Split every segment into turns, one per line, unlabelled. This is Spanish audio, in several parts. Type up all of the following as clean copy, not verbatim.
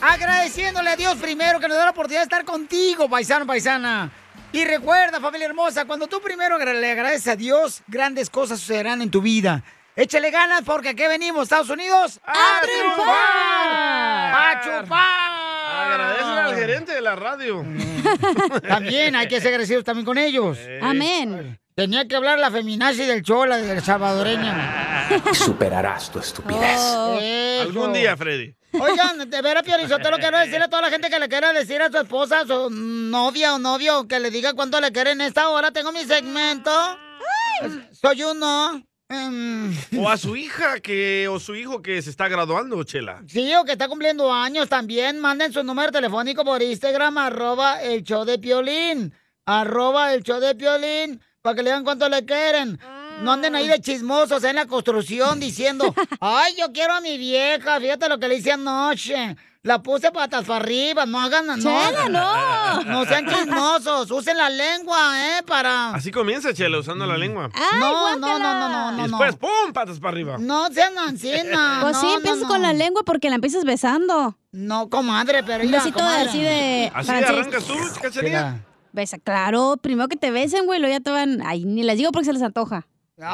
agradeciéndole a Dios primero que nos da la oportunidad de estar contigo, paisano, paisana. Y recuerda, familia hermosa, cuando tú primero le agradeces a Dios, grandes cosas sucederán en tu vida. Échale ganas porque aquí venimos, Estados Unidos, ¡a triunfar! ¡A chupar!
Agradecele al gerente de la radio.
También hay que ser agradecidos también con ellos.
Amén.
Tenía que hablar la feminazi del Chola, de la salvadoreña.
Superarás tu estupidez.
Algún día, Freddy.
Oigan, de veras, Piolizotelo, quiero decirle a toda la gente que le quiera decir a su esposa, a su novia o novio, que le diga cuánto le quiere en esta hora. Tengo mi segmento. Soy uno.
O a su hija o su hijo que se está graduando, Chela.
Sí, o que está cumpliendo años también. Manden su número telefónico por Instagram, @el show de Piolín. @el show de Piolín, para que le digan cuánto le quieren. No anden ahí de chismosos en la construcción diciendo, ay, yo quiero a mi vieja, fíjate lo que le hice anoche. La puse patas para arriba, no hagan nada.
Chela, no.
No sean chismosos, usen la lengua, para...
Así comienza, Chela, usando la lengua.
Ay,
No.
Y después, ¡pum!, patas para arriba.
No sean ancianas.
Pues sí, empiezas con la lengua porque la empiezas besando.
No, comadre, pero...
Un
mira,
besito
comadre.
así de...
¿Así
francés.
arrancas tú, Cachanilla?
Besa, claro. Primero que te besen, güey, luego ya te van... Ay, ni les digo porque se les antoja.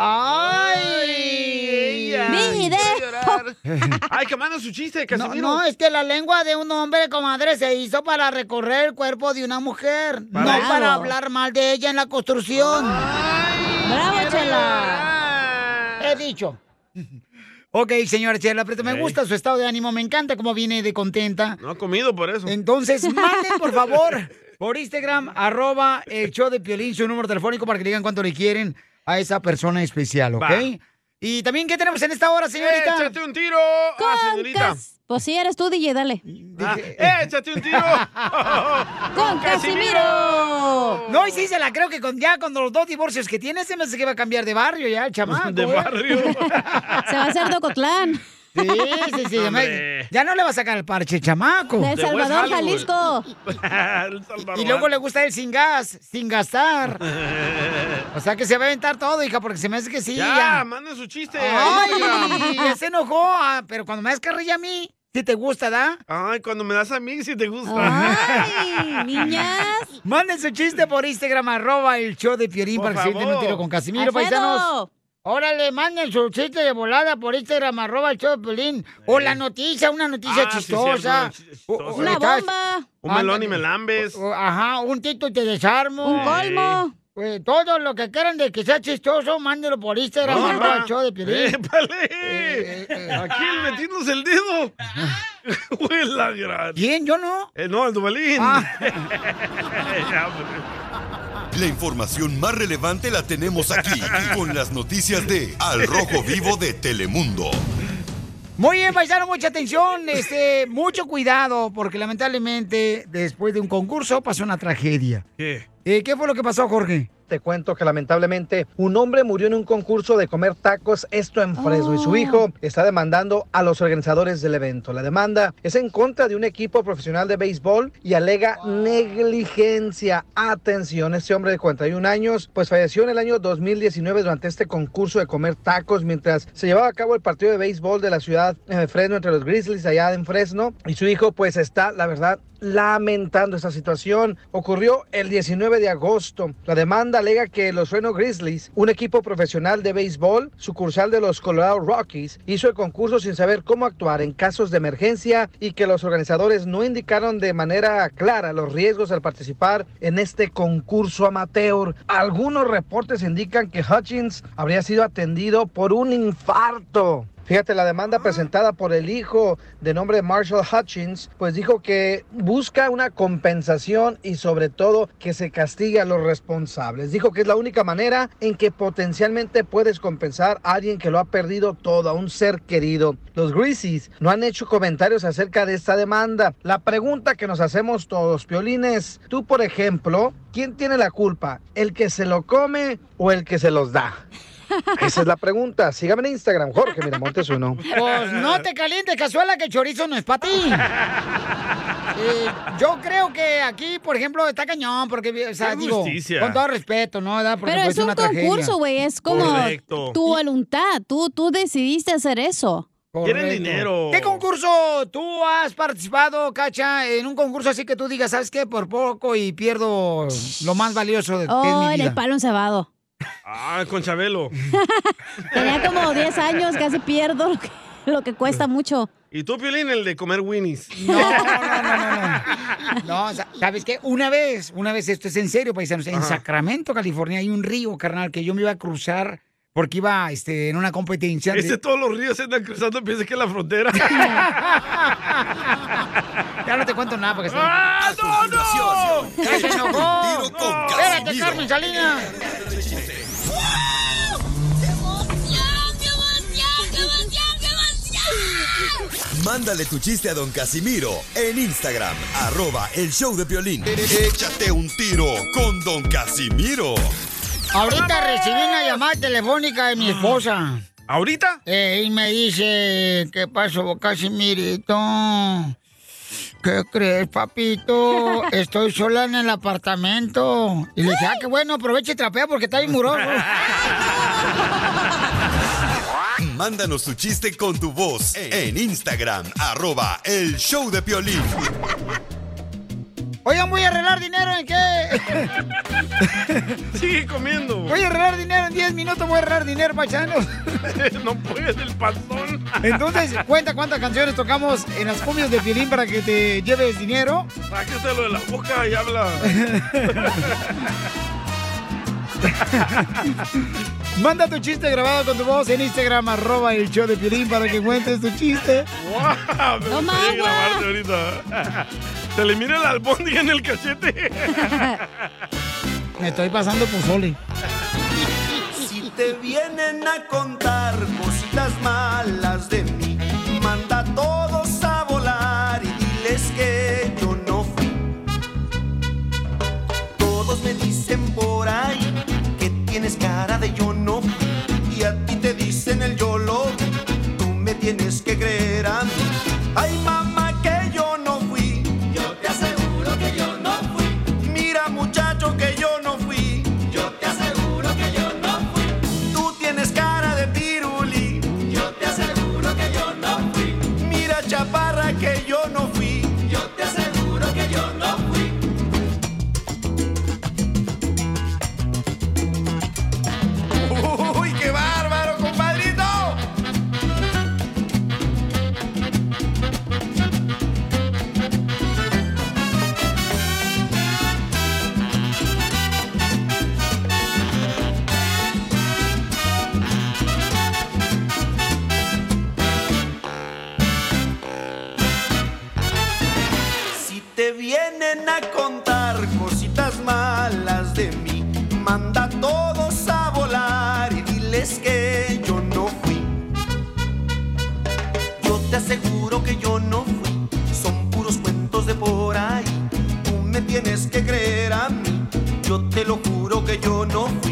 ¡Ay!
¡Video!
¡Ay, que manda su chiste, Casimiro!
No, es que la lengua de un hombre, comadre, se hizo para recorrer el cuerpo de una mujer. No para hablar mal de ella en la construcción.
¡Bravo, Chela!
He dicho. Ok, señora Chela, pero me gusta su estado de ánimo. Me encanta cómo viene de contenta.
No ha comido por eso.
Entonces, manden, por favor, por Instagram, @el show de Piolín, su número telefónico para que digan cuánto le quieren a esa persona especial, ¿ok?
Va.
Y también, ¿qué tenemos en esta hora, señorita?
¡Échate un tiro! Señorita!
Pues sí, eres tú, DJ, dale.
¡Échate un tiro!
¡Con Casimiro!
No, y sí se la creo que con los 2 divorcios que tiene, se me hace que va a cambiar de barrio ya, el chamaco.
De barrio.
Se va a hacer Docotlán.
Sí. Ya no le va a sacar el parche, chamaco.
De El Salvador, Jalisco.
Y luego le gusta el sin gas, sin gastar. O sea que se va a aventar todo, hija, porque se me hace que sí.
Ya, manden su chiste.
Ay, ya se enojó. Pero cuando me das carrilla a mí, si te gusta, ¿da?
Ay, cuando me das a mí, si te gusta.
Ay, niñas.
Manden su chiste por Instagram, @el show de Piolín, para que se den un tiro con Casimiro, paisanos. Órale, manden su chiste de volada por Instagram, @el show de Piolín. O la noticia, una noticia chistosa.
Una bomba.
Un melón y melambes.
Ajá, un tito y te desarmo.
Un colmo.
Todo lo que quieran de que sea chistoso, mándenlo por Instagram, @el show de Piolín.
¡Épale! Aquí metiéndose el dedo. ¡Huela gran!
¿Quién? ¿Yo no?
No, el Duvalín.
La información más relevante la tenemos aquí, con las noticias de Al Rojo Vivo de Telemundo.
Muy bien, paisano, mucha atención, mucho cuidado, porque lamentablemente después de un concurso pasó una tragedia.
¿Qué?
¿Qué fue lo que pasó, Jorge?
Te cuento que lamentablemente un hombre murió en un concurso de comer tacos, esto en Fresno, y su hijo está demandando a los organizadores del evento. La demanda es en contra de un equipo profesional de béisbol y alega negligencia. Atención, este hombre de 41 años pues falleció en el año 2019 durante este concurso de comer tacos mientras se llevaba a cabo el partido de béisbol de la ciudad de Fresno entre los Grizzlies allá en Fresno, y su hijo pues está, la verdad, lamentando esta situación. Ocurrió el 19 de agosto. La demanda alega que los Fresno Grizzlies, un equipo profesional de béisbol, sucursal de los Colorado Rockies, hizo el concurso sin saber cómo actuar en casos de emergencia y que los organizadores no indicaron de manera clara los riesgos al participar en este concurso amateur. Algunos reportes indican que Hutchins habría sido atendido por un infarto. Fíjate, la demanda presentada por el hijo de nombre Marshall Hutchins, pues dijo que busca una compensación y sobre todo que se castigue a los responsables. Dijo que es la única manera en que potencialmente puedes compensar a alguien que lo ha perdido todo, a un ser querido. Los Grizzlies no han hecho comentarios acerca de esta demanda. La pregunta que nos hacemos todos, Piolines, tú por ejemplo, ¿quién tiene la culpa? ¿El que se lo come o el que se los da? Esa es la pregunta. Sígame en Instagram, Jorge Miramontes uno.
Pues no te calientes, cazuela, que el chorizo no es para ti. Yo creo que aquí, por ejemplo, está cañón, porque, o sea, digo, con todo respeto, ¿no? Porque
pero es un
una
concurso, güey, es como
Correcto.
tu voluntad, tú decidiste hacer eso.
Quieren
Correcto.
dinero.
¿Qué concurso tú has participado, Cacha, en un concurso así que tú digas, ¿sabes qué? Por poco y pierdo lo más valioso de que es mi
Oh, en
vida.
el palo encebado.
Ah, con Chabelo.
Tenía como 10 años, casi pierdo lo que cuesta mucho.
¿Y tú, Piolín, el de comer Winnie's?
No. No, ¿sabes qué? Una vez, esto es en serio, paisanos, en Sacramento, California, hay un río, carnal, que yo me iba a cruzar porque iba en una competencia.
Todos los ríos se andan cruzando, piensa que es la frontera.
Ya no te cuento nada porque estoy...
¡Ah, no!
¡Ya se enojó!
Tiro con
¡Espérate,
Casimiro.
Carmen Salinas!
Mándale tu chiste a don Casimiro en Instagram, @elshowdepiolín. Échate un tiro con don Casimiro.
Ahorita recibí una llamada telefónica de mi esposa.
¿Ahorita?
Y me dice, ¿qué pasó, Casimirito? ¿Qué crees, papito? Estoy sola en el apartamento. Y le dije, qué bueno, aprovecha y trapea porque está bien muroso.
Mándanos tu chiste con tu voz en Instagram, @elshowdepiolín.
Oigan, voy a arreglar dinero en qué.
Sigue comiendo.
Voy a arreglar dinero en 10 minutos, voy a arreglar dinero, paisanos.
No puedes, el panzón.
Entonces, cuenta cuántas canciones tocamos en las cumbias de Piolín para que te lleves dinero.
Sáquese lo de la boca y habla.
Manda tu chiste grabado con tu voz en Instagram, @elshowdepiolín para que cuentes tu chiste.
¡Wow! Me
Toma
gustaría
agua.
grabarte ahorita. Se le mira el albóndiga en el cachete.
Me estoy pasando pozole.
Si te vienen a contar cositas malas de mí, manda a todos a volar y diles que yo no fui. Todos me dicen por ahí que tienes cara de yo no fui, y a ti te dicen el yo lo vi. Tú me tienes que creer a mí. Ay, mamá, que yo no fui. Yo te aseguro que yo no fui. Mira, muchacho, que yo no fui. Yo te aseguro que yo no fui. Tú tienes cara de piruli. Yo te aseguro que yo no fui. Mira, chaparra, que yo no fui. Yo te aseguro que yo no fui. ¡Uy, qué bárbaro, compadrito! Si te vienen a contar cositas malas de mí, manda a todos a volar y diles que yo no fui. Yo te aseguro que yo no fui. Son puros cuentos de por ahí. Tú me tienes que creer a mí. Yo te lo juro que yo no fui.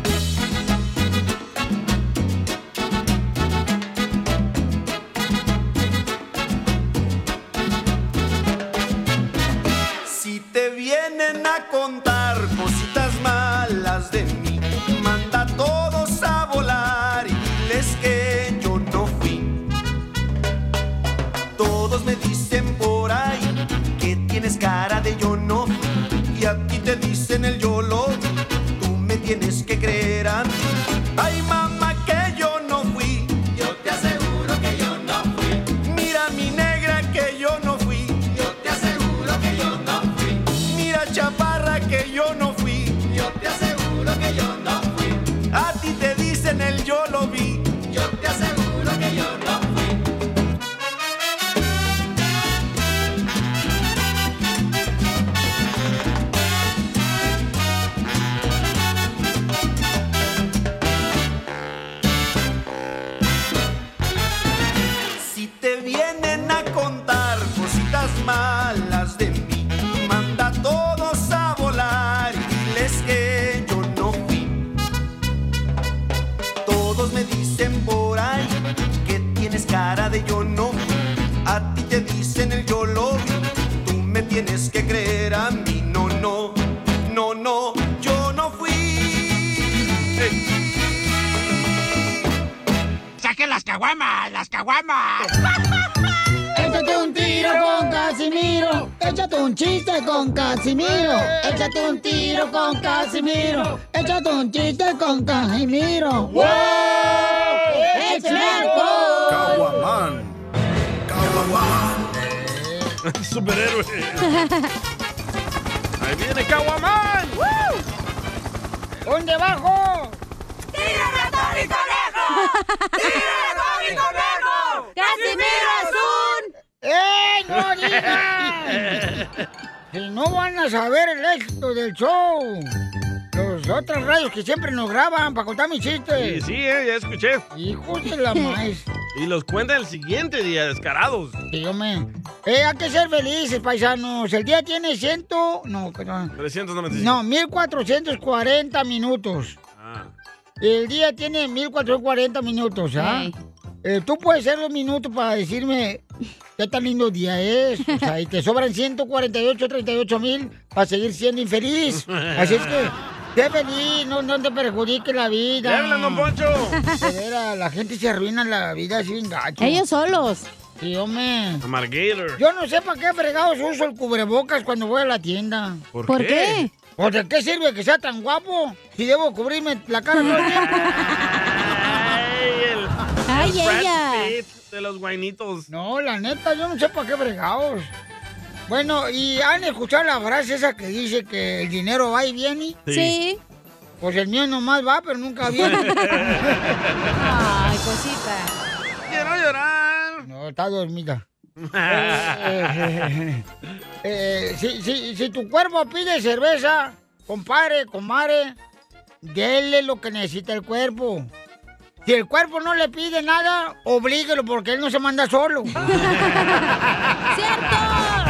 Si te vienen a contar cositas malas de mí, manda a todos a volar y diles que yo no fui. Todos me dicen por ahí que tienes cara de yo no fui, y a ti te dicen el yo lo vi. Tú me tienes que creer a mí. Ay, mamá, que yo no fui. Yo te aseguro que yo no fui. Mira, mi negra, que yo no fui. Yo te aseguro que yo no fui. Mira, chaparra, que yo no fui. Yo te aseguro que yo no fui. A ti te dicen el yo lo vi. Yo te aseguro que yo no fui. Si te vienen a contar cositas malas de mí, manda a todos a volar y diles que yo no fui. Todos me dicen
¡Saquen las caguamas! ¡Las caguamas!
Échate un tiro con Casimiro. Échate un chiste con Casimiro. Échate un tiro con Casimiro. Échate un chiste con Casimiro. ¡Wow! ¡Échame alcohol!
Caguamán.
Superhéroe. Ahí viene Caguamán.
¿Dónde bajo?
¡Tira ratón y conejo! ¡Tira ratón y conejo! ¡Casimiro es un!
¡No digan! Si no van a saber el éxito del show. Los otros radios que siempre nos graban para contar mis chistes.
Sí, ya escuché.
Hijos de la maíz.
Y los cuenta el siguiente día, descarados.
Sí, hombre. Hay que ser felices, paisanos. El día tiene
395.
No, 1440 minutos. El día tiene 1440 minutos, ¿ah? Tú puedes ser 2 minutos para decirme qué tan lindo día es. O sea, y te sobran 38,000 para seguir siendo infeliz. Así es que, sé feliz, no te perjudique la vida.
¿Qué hablan, don Poncho?
De veras, la gente se arruina la vida así en gacho.
Ellos solos.
Sí, hombre.
Amargator.
Yo no sé para qué fregados uso el cubrebocas cuando voy a la tienda.
¿Por qué?
¿O de qué sirve que sea tan guapo si debo cubrirme la cara todo el tiempo?
¡Ay,
el Brad
ella!
Pitt de los guainitos.
No, la neta, yo no sé para qué fregados. Bueno, ¿y han escuchado la frase esa que dice que el dinero va y viene?
Sí.
Pues el mío nomás va, pero nunca viene.
Ay, cosita.
Quiero llorar.
No, está dormida. Si tu cuerpo pide cerveza, compadre, comadre, dele lo que necesita el cuerpo. Si el cuerpo no le pide nada, oblíguelo porque él no se manda solo.
¡Cierto!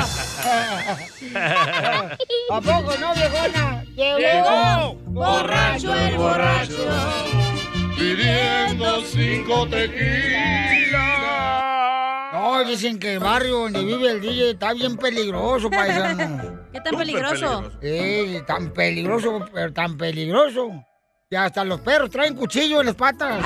¿A poco no, viejona?
Llegó
borracho el borracho,
pidiendo 5 tequilas.
No, dicen que el barrio donde vive el DJ está bien peligroso, paisano.
¿Qué tan peligroso?
Tan peligroso, pero tan peligroso. Y hasta los perros traen cuchillo en las patas.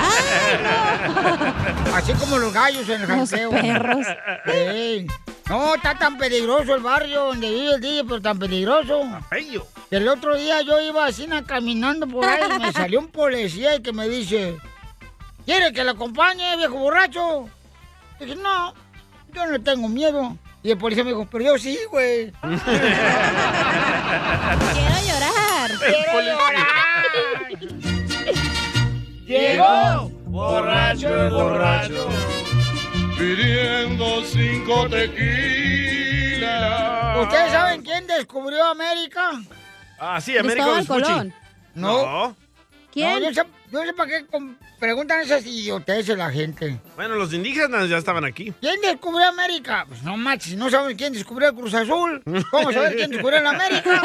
Así como los gallos en el janteo.
Los perros.
No, está tan peligroso el barrio donde vive el DJ, pero tan peligroso. El otro día yo iba así caminando por ahí y me salió un policía y que me dice, ¿quiere que le acompañe, viejo borracho? Dije, no, yo no tengo miedo. Y el policía me dijo, pero yo sí, güey.
Quiero llorar.
¡Quiero llorar!
Llegó borracho el borracho, pidiendo 5 tequilas.
¿Ustedes saben quién descubrió América?
Ah, sí, América Vespucci.
Colón.
No.
¿Quién?
No, yo sé para qué preguntan esas idioteces la gente.
Bueno, los indígenas ya estaban aquí.
¿Quién descubrió América? Pues no manches, no saben quién descubrió el Cruz Azul. ¿Cómo saber quién descubrió la América?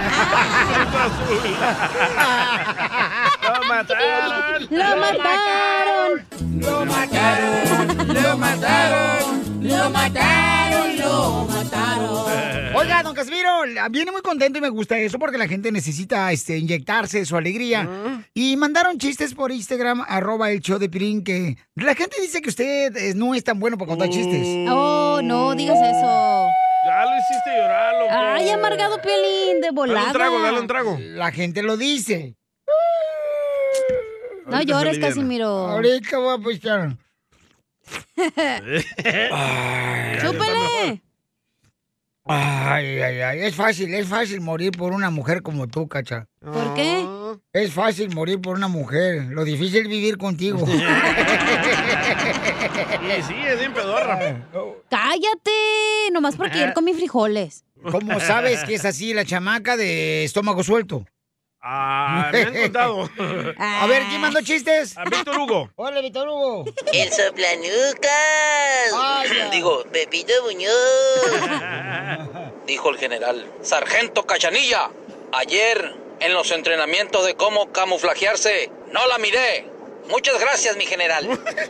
¡Lo mataron!
¡Lo mataron!
¡Lo mataron! ¡Lo mataron! ¡Lo mataron! ¡Lo mataron! Oiga, don Casimiro, viene muy contento y me gusta eso porque la gente necesita inyectarse su alegría. Y mandaron chistes por Instagram, @el_show_de_Piolín, que la gente dice que usted no es tan bueno para contar chistes.
Oh, no digas eso.
Ya lo hiciste llorar, loco.
Ay, amargado Piolín, de volada.
Dale un trago.
La gente lo dice.
No llores, Casimiro.
Ahorita voy a pistear.
¡Chúpale!
Ay, es fácil morir por una mujer como tú, Cacha.
¿Por qué?
Es fácil morir por una mujer, lo difícil es vivir contigo.
Sí, es bien pedorra.
¡Cállate! Nomás porque ayer comí frijoles.
¿Cómo sabes que es así la chamaca de estómago suelto?
Ah, me han contado.
A ver, ¿quién mandó chistes?
A Víctor Hugo.
Hola, Víctor Hugo.
El soplanucas. Digo, Pepito Muñoz. Dijo el general. Sargento Cachanilla, ayer en los entrenamientos de cómo camuflajearse, no la miré. Muchas gracias, mi general.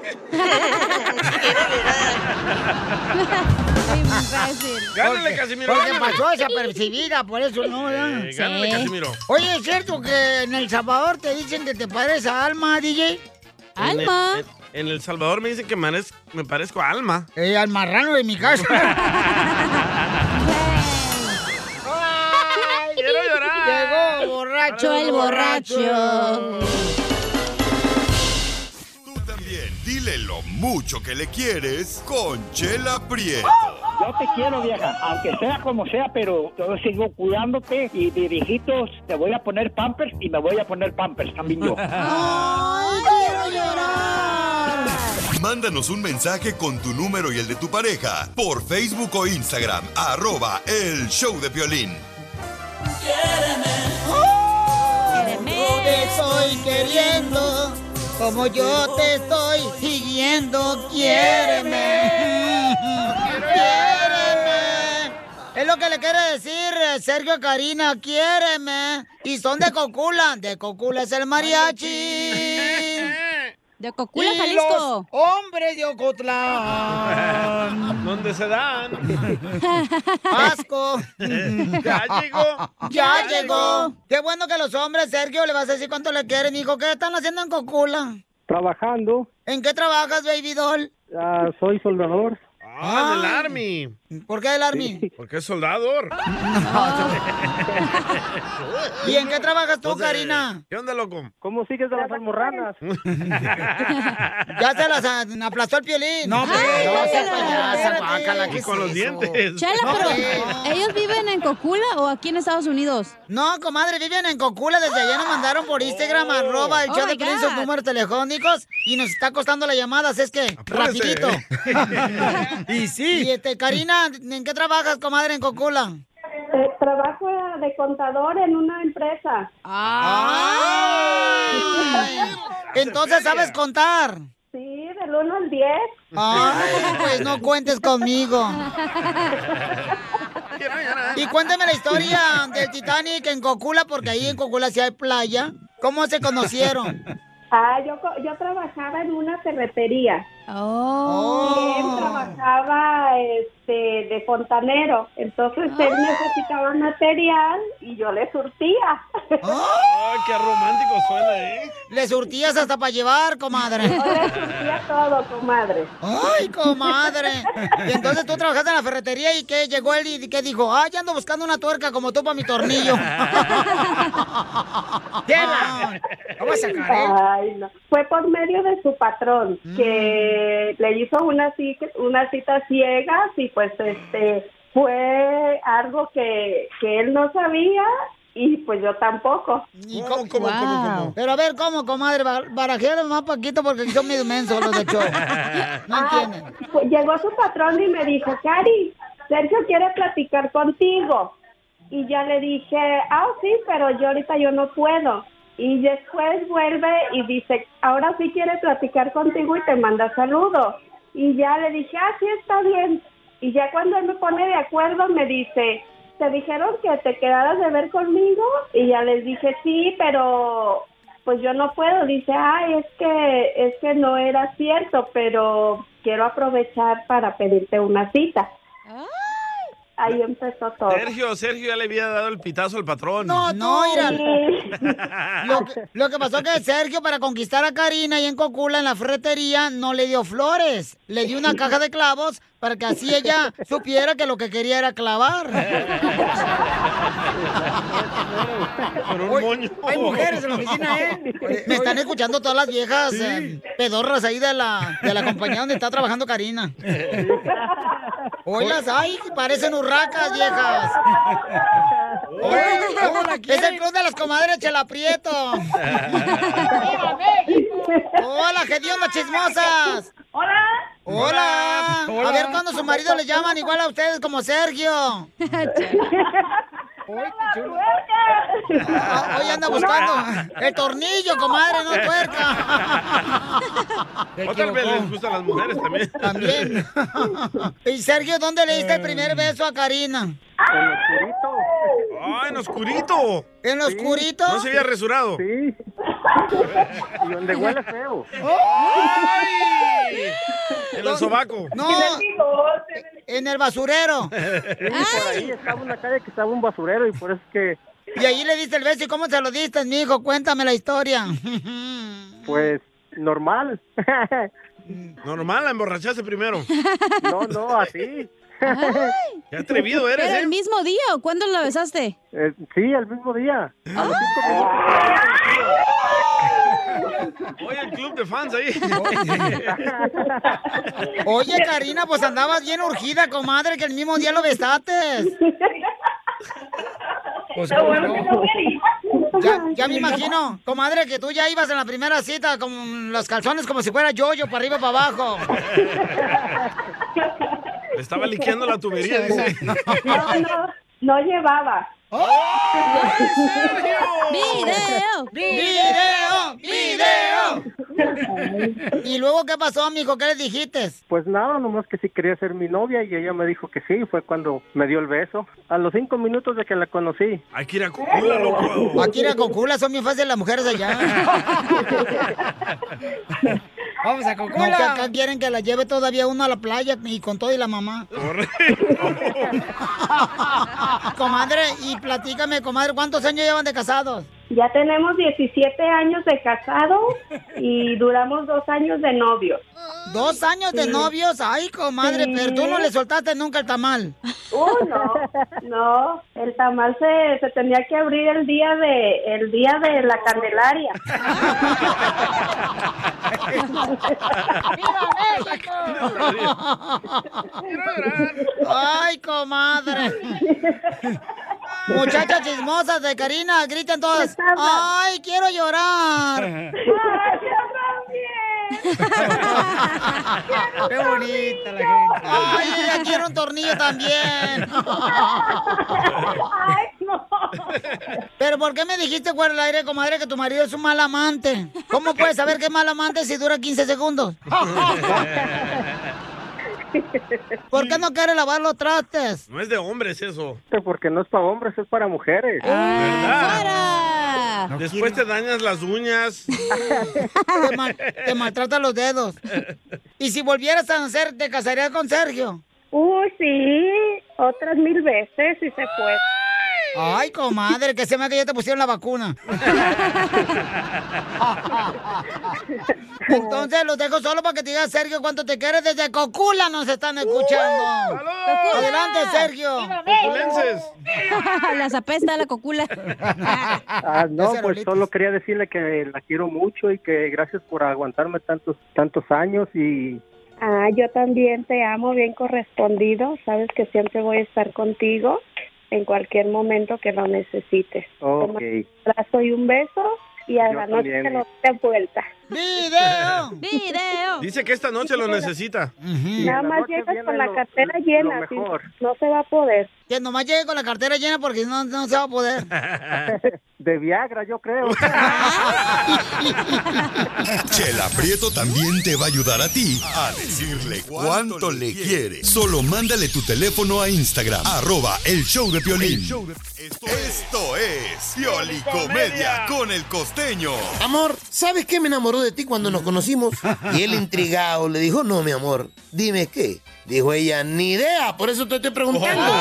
Gánale, Casimiro.
Porque pasó desapercibida, por eso no, ¿verdad?
Gánale, Casimiro.
Oye, ¿es cierto que en El Salvador te dicen que te pareces a Alma, DJ?
¿Alma?
En El Salvador me dicen que me parezco a Alma.
Al marrano de mi casa.
¡Ay, quiero llorar!
Llegó borracho el borracho.
Tú también, dile lo mucho que le quieres con Chela Prieto.
Yo te quiero, vieja, aunque sea como sea, pero yo sigo cuidándote y de viejitos te voy a poner Pampers y me voy a poner Pampers también yo.
¡Ay, quiero llorar!
Mándanos un mensaje con tu número y el de tu pareja por Facebook o Instagram, @El Show de Piolín.
Yo te estoy queriendo, como yo te estoy siguiendo, quiéreme. Quiéreme. Es lo que le quiere decir Sergio a Karina, quiéreme. Y son de Cocula. De Cocula es el mariachi.
De Cocula,
Y
Jalisco.
los hombres de Ocotlán.
¿Dónde se dan?
Asco.
Ya llegó.
Ya llegó. Qué bueno que los hombres, Sergio, le vas a decir cuánto le quieren, hijo. ¿Qué están haciendo en Cocula?
Trabajando,
¿En qué trabajas, baby doll?
soy soldador.
Ah, del Army.
¿Por qué del Army?
Porque es soldador.
¿Y en qué trabajas tú,
Entonces,
Karina?
¿Qué onda, loco?
¿Cómo sigues de las almorranas?
Ya se las aplastó el Piolín. No,
Ay,
pero
no,
se
no,
payasa,
no,
guácala, ¿qué
Y
es
con los
eso?
dientes.
Chela,
No,
pero
pues.
¿ellos viven en Cocula o aquí en Estados Unidos?
No, comadre, viven en Cocula. Desde allá nos mandaron por Instagram, @el
Oh
show
my
de Piolín, sus
God.
números telefónicos. Y nos está costando las llamadas, es que,
Apúrese.
rapidito. Y sí. Y Karina, ¿en qué trabajas, comadre, en Cocula?
Trabajo de contador en una empresa.
¡Ay! Entonces, ¿sabes contar?
Sí, del 1 al 10.
Ay, pues no cuentes conmigo. Y cuéntame la historia del Titanic en Cocula, porque ahí en Cocula sí hay playa. ¿Cómo se conocieron?
Yo trabajaba en una ferretería.
Oh.
Y él trabajaba de fontanero. Entonces él necesitaba material y yo le surtía.
Ay, qué romántico suena, ¿eh?
Le surtías hasta para llevar, comadre.
Yo le surtía todo, comadre.
Ay, comadre. Y entonces tú trabajaste en la ferretería y ¿qué? Llegó él y ¿qué dijo? Ay, ya ando buscando una tuerca como tú para mi tornillo. ¡Tela! ¿Cómo vas a sacar,
Ay, no. Fue por medio de su patrón que le hizo una cita ciegas y pues fue algo que él no sabía y pues yo tampoco.
¿Y cómo? Pero a ver, ¿cómo, comadre? Barajéalo más poquito porque son medio mensos los de show. No entienden.
Pues llegó su patrón y me dijo, Cari, Sergio quiere platicar contigo. Y ya le dije, sí, pero yo ahorita no puedo. Y después vuelve y dice, ahora sí quiere platicar contigo y te manda saludos. Y ya le dije, sí, está bien. Y ya cuando él me pone de acuerdo me dice, ¿te dijeron que te quedaras de ver conmigo? Y ya les dije, sí, pero pues yo no puedo. Dice, es que no era cierto, pero quiero aprovechar para pedirte una cita. Ahí empezó todo.
Sergio ya le había dado el pitazo al patrón.
No, mira. Lo que pasó es que Sergio, para conquistar a Karina y en Cocula, en la ferretería, no le dio flores. Le dio una caja de clavos para que así ella supiera que lo que quería era clavar.
Con un moño.
Hay mujeres en la oficina, ¿eh? Me están escuchando todas las viejas pedorras ahí de la compañía donde está trabajando Karina. Oilas, parecen urracas, viejas. Es el club de las comadres Chela Prieto. Hola, hediondas chismosas. Hola. A ver cuándo sus maridos les llaman igual a ustedes como Sergio. Hoy anda buscando el tornillo, comadre, no tuerca.
Otra vez les gustan las mujeres también.
También. Y Sergio, ¿dónde le diste el primer beso a Karina?
En oscurito.
¿En lo oscurito?
No se había resurado.
Sí. Y donde huele feo.
¡Ay! En el sobaco.
No, en el basurero.
Sí, por ahí estaba una calle que estaba un basurero y por eso es que...
Y ahí le diste el beso. ¿Y cómo se lo diste, mijo? Cuéntame la historia.
Pues
normal.
Normal, la emborrachaste primero.
No, así.
Qué atrevido eres,
¿Pero el mismo día o cuándo la besaste?
Sí, el mismo día. A los 5 minutos.
Oye, el club de fans ahí.
Oye, Karina, pues andabas bien urgida, comadre, que el mismo día lo besaste. Pues, ya me imagino, comadre, que tú ya ibas en la primera cita con los calzones como si fuera yo-yo, para arriba y para abajo.
Le estaba liqueando la tubería, dice.
No llevaba.
¡Video! ¿Y luego qué pasó, mijo? ¿Qué le dijiste?
Pues nada, nomás que sí quería ser mi novia y ella me dijo que sí, fue cuando me dio el beso. A los 5 minutos de que la conocí.
Hay que ir a Cocula, loco.
Aquí ir a Cocula, son bien fáciles las mujeres allá. Vamos a Cocula. No, que acá quieren que la lleve todavía uno a la playa y con todo y la mamá. Comadre, y platícame, comadre, ¿cuántos años llevan de casados?
Ya tenemos 17 años de casados y duramos 2 años de novios.
2 años de novios, ay, comadre,
Sí.
pero tú no le soltaste nunca el tamal.
No, el tamal se tenía que abrir el día de la Candelaria.
¡Viva México! ¡Ay, comadre! Muchachas chismosas de Karina, griten todas. ¡Ay, quiero llorar!
¡Ay,
¡Qué bonita la gente! ¡Ay, ella quiere un tornillo también!
¡Ay, no!
¿Pero por qué me dijiste fuera del aire, comadre, que tu marido es un mal amante? ¿Cómo puedes saber que es mal amante si dura 15 segundos? ¿Por qué no quiere lavar los trastes?
No es de hombres eso.
Porque no es para hombres, es para mujeres.
¿Verdad? Después te dañas las uñas.
Te maltrata los dedos. ¿Y si volvieras a nacer, te casarías con Sergio?
Uy, sí, otras 1000 veces si se puede.
Ay, comadre, que se me que ya te pusieron la vacuna. Entonces los dejo solo para que te diga, Sergio, cuánto te quieres. Desde Cocula nos están escuchando. Adelante, Sergio.
Las apesta la Cocula.
No, pues solo quería decirle que la quiero mucho y que gracias por aguantarme tantos años y...
Yo también te amo, bien correspondido. Sabes que siempre voy a estar contigo en cualquier momento que lo necesites.
Ok.
Un abrazo y un beso y a la noche te lo doy de vuelta.
¡Video!
¡Video!
Dice que esta noche lo necesita.
Nada más llegas con la cartera llena, así no se va a poder.
Que nomás llegue con la cartera llena porque no se va a poder.
De Viagra, yo creo.
Chela Prieto también te va a ayudar a ti a decirle cuánto le quiere. Solo mándale tu teléfono a Instagram, @elshowdepiolín. Esto es Piolicomedia con el Costeño.
Amor, ¿sabes qué me enamoró de ti cuando nos conocimos? Y él intrigado le dijo, no, mi amor, dime qué. Dijo ella, ni idea, por eso te estoy preguntando.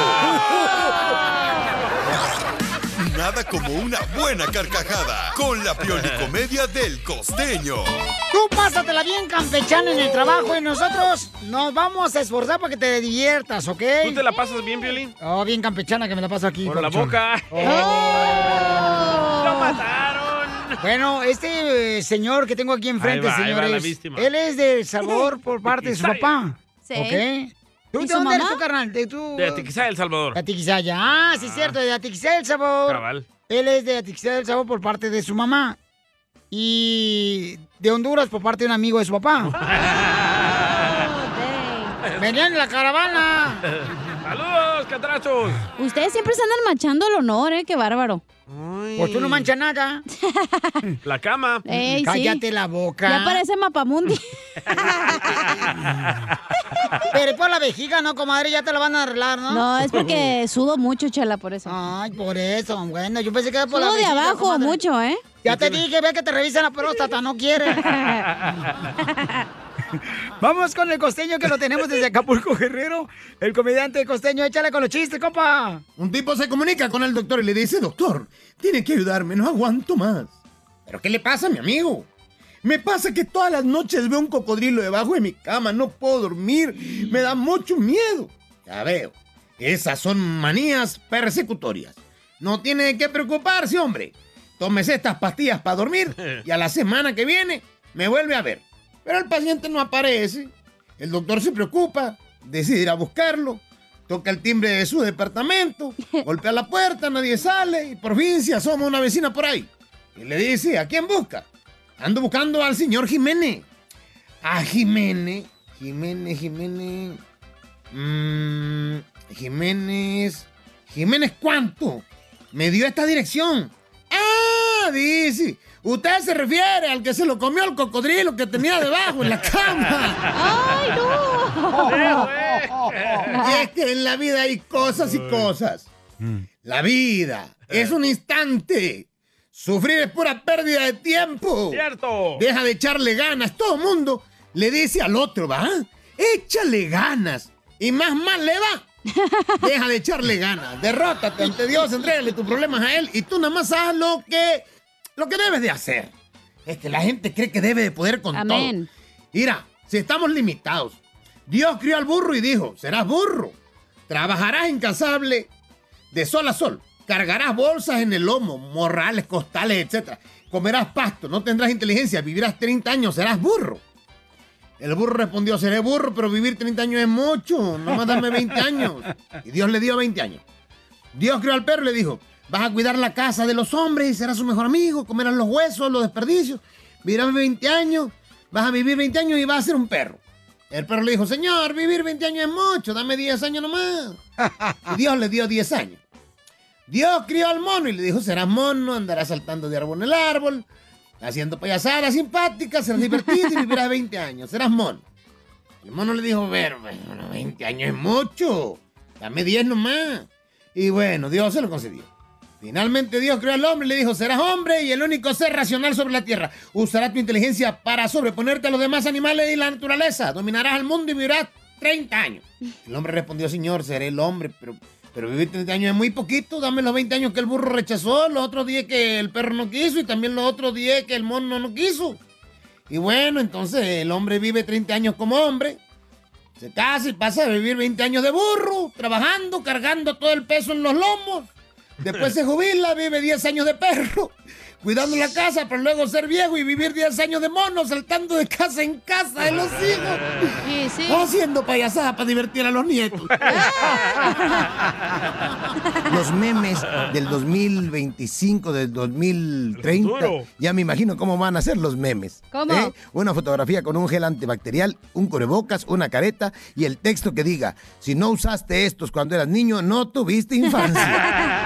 Nada como una buena carcajada con la Piolicomedia del Costeño.
Tú pásatela bien campechana en el trabajo y nosotros nos vamos a esforzar para que te diviertas, ¿ok?
¿Tú te la pasas bien, Piolín?
Oh, bien campechana que me la paso aquí.
Por la
papuchón.
boca.
¡Oh!
¡Lo mataron!
Bueno, este señor que tengo aquí enfrente,
ahí va la
señores,
víctima.
él es de El Salvador por parte de su papá.
Sí.
¿Ok? ¿Tú
¿Y
de
su
dónde eres
mamá?
tú, carnal?
De Atiquizá, El Salvador.
De Atiquizaya. Ah, sí, cierto, de Atiquizaya, El Salvador.
Cabal.
Él es de Atiquizaya, El Salvador por parte de su mamá. Y de Honduras por parte de un amigo de su papá. Venían en la caravana.
¡Saludos, catrachos!
Ustedes siempre se andan manchando el honor, qué bárbaro.
Pues tú no manchas nada.
La cama.
Ey, sí.
Cállate la boca.
Ya parece Mapamundi.
Pero es por la vejiga, ¿no, comadre? Ya te la van a arreglar, ¿no?
No, es porque sudo mucho, Chela, por eso.
Ay, por eso. Bueno, yo pensé que era por la
Sudo de
vejiga,
abajo
comadre.
mucho, ¿eh?
Ya te dije, ve que te revisen la próstata, no quiere. Vamos con el costeño que lo tenemos desde Acapulco, Guerrero. El comediante costeño, échale con los chistes, compa.
Un tipo se comunica con el doctor y le dice, doctor, tiene que ayudarme, no aguanto más. ¿Pero qué le pasa, mi amigo?
Me pasa que todas las noches veo un cocodrilo debajo de mi cama, no puedo dormir, me da mucho miedo. Ya veo, esas son manías persecutorias. No tiene que preocuparse, hombre. Tómese estas pastillas para dormir y a la semana que viene me vuelve a ver. Pero el paciente no aparece. El doctor se preocupa, decide ir a buscarlo, toca el timbre de su departamento, golpea la puerta, nadie sale y por fin se asoma una vecina por ahí. Y le dice, ¿a quién busca? Ando buscando al señor Jiménez. ¿A Jiménez? Jiménez. ¿Jiménez cuánto? Me dio esta dirección. Ah, dice. Usted se refiere al que se lo comió el cocodrilo que tenía debajo en la cama.
¡Ay, no!
Y es que en la vida hay cosas y cosas. La vida es un instante. Sufrir es pura pérdida de tiempo.
¡Cierto!
Deja de echarle ganas. Todo el mundo le dice al otro, ¿va? Échale ganas. Y más mal le va. Deja de echarle ganas. Derrótate ante Dios, entrégale tus problemas a Él y tú nada más haz lo que debes de hacer. Es que la gente cree que debe de poder con
Amén.
todo. Mira, si estamos limitados, Dios crió al burro y dijo, serás burro. Trabajarás incansable de sol a sol. Cargarás bolsas en el lomo, morrales, costales, etc. Comerás pasto, no tendrás inteligencia, vivirás 30 años, serás burro. El burro respondió, seré burro, pero vivir 30 años es mucho, nomás dame 20 años. Y Dios le dio 20 años. Dios crió al perro y le dijo, vas a cuidar la casa de los hombres y serás su mejor amigo, comerás los huesos, los desperdicios, vivirás 20 años, vas a vivir 20 años y vas a ser un perro. El perro le dijo, señor, vivir 20 años es mucho, dame 10 años nomás. Y Dios le dio 10 años. Dios crió al mono y le dijo, serás mono, andarás saltando de árbol en árbol, haciendo payasadas simpáticas, serás divertido y vivirás 20 años, serás mono. El mono le dijo, pero 20 años es mucho, dame 10 nomás. Y bueno, Dios se lo concedió. Finalmente Dios creó al hombre y le dijo, serás hombre y el único ser racional sobre la tierra. Usarás tu inteligencia para sobreponerte a los demás animales y la naturaleza. Dominarás al mundo y vivirás 30 años. El hombre respondió, señor, seré el hombre, pero vivir 30 años es muy poquito. Dame los 20 años que el burro rechazó, los otros 10 que el perro no quiso y también los otros 10 que el mono no quiso. Y bueno, entonces el hombre vive 30 años como hombre. Se casa y pasa a vivir 20 años de burro, trabajando, cargando todo el peso en los lomos. Después se jubila, vive 10 años de perro, cuidando la casa, pero luego ser viejo y vivir 10 años de mono, saltando de casa en casa de los hijos.
Sí.
Haciendo payasadas para divertir a los nietos. Los memes del 2025, del 2030, ya me imagino cómo van a ser los memes.
¿Cómo?
Una fotografía con un gel antibacterial, un cubrebocas, una careta y el texto que diga, si no usaste estos cuando eras niño, no tuviste infancia.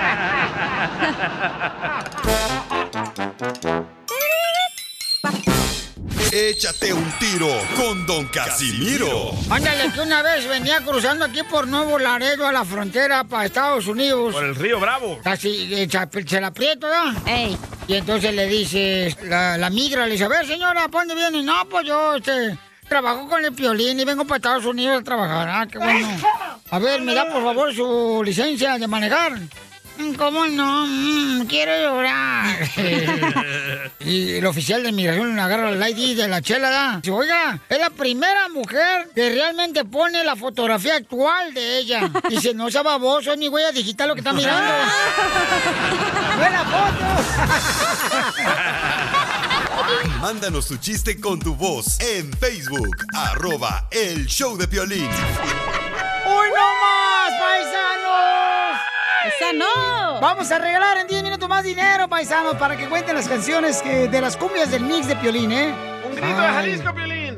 Échate un tiro con Don Casimiro.
Ándale, que una vez venía cruzando aquí por Nuevo Laredo a la frontera para Estados Unidos.
Por el río Bravo.
Así, se la aprieto, ¿no?
Ey.
Y entonces le dice, la migra le dice, a ver, señora, ¿para dónde viene? No, pues yo, trabajo con el Piolín y vengo para Estados Unidos a trabajar. Ah, qué bueno. A ver, ¿me da por favor su licencia de manejar? ¿Cómo no? Quiero llorar. Y el oficial de inmigración agarra el ID de la chela, ¿da? Dice, oiga, es la primera mujer que realmente pone la fotografía actual de ella. Dice, no sea baboso, es mi huella digital lo que está mirando. ¡Buena foto!
Mándanos tu chiste con tu voz en Facebook, @El Show de Piolín.
¡Uy, no más, paisanos!
¡Esa no!
Vamos a regalar en 10 minutos más dinero, paisanos, para que cuenten las canciones de las cumbias del mix de Piolín, ¿eh?
¡Un grito de Jalisco, Piolín!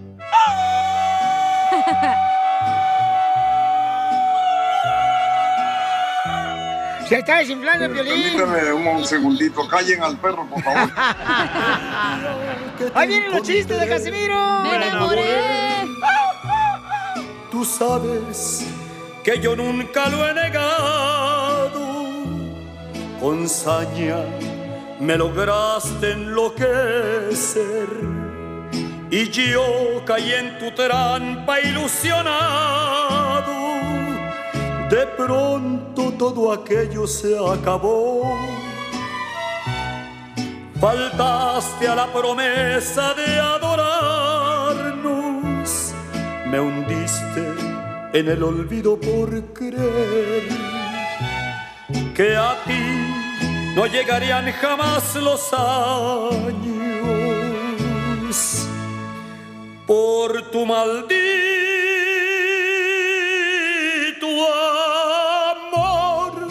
Se está desinflando el Piolín.
Permítame un segundito. Callen al perro, por favor.
Ahí vienen los chistes de Casimiro.
¡Me enamoré!
Tú sabes que yo nunca lo he negado. Con saña me lograste enloquecer y yo caí en tu trampa ilusionado. De pronto todo aquello se acabó.
faltaste a la promesa de adorarnos, me hundiste en el olvido por creer que a ti no llegarían jamás los años. Por tu maldito amor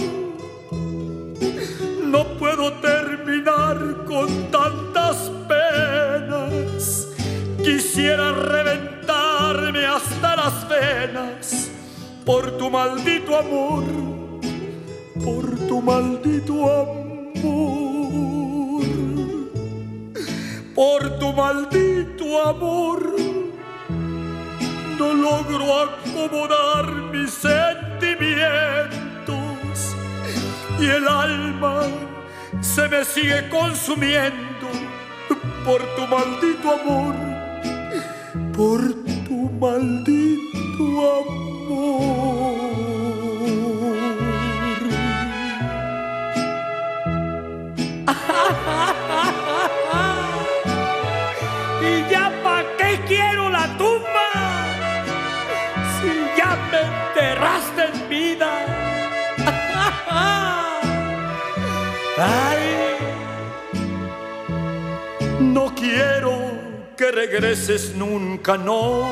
no puedo terminar con tantas penas. Quisiera reventarme hasta las venas por tu maldito amor, por tu maldito amor, por tu maldito amor. No logro acomodar mis sentimientos y el alma se me sigue consumiendo por tu maldito amor, por tu maldito amor. ¿Y ya pa' qué quiero la tumba? Si ya me enterraste en vida. Ay, no quiero que regreses nunca, no.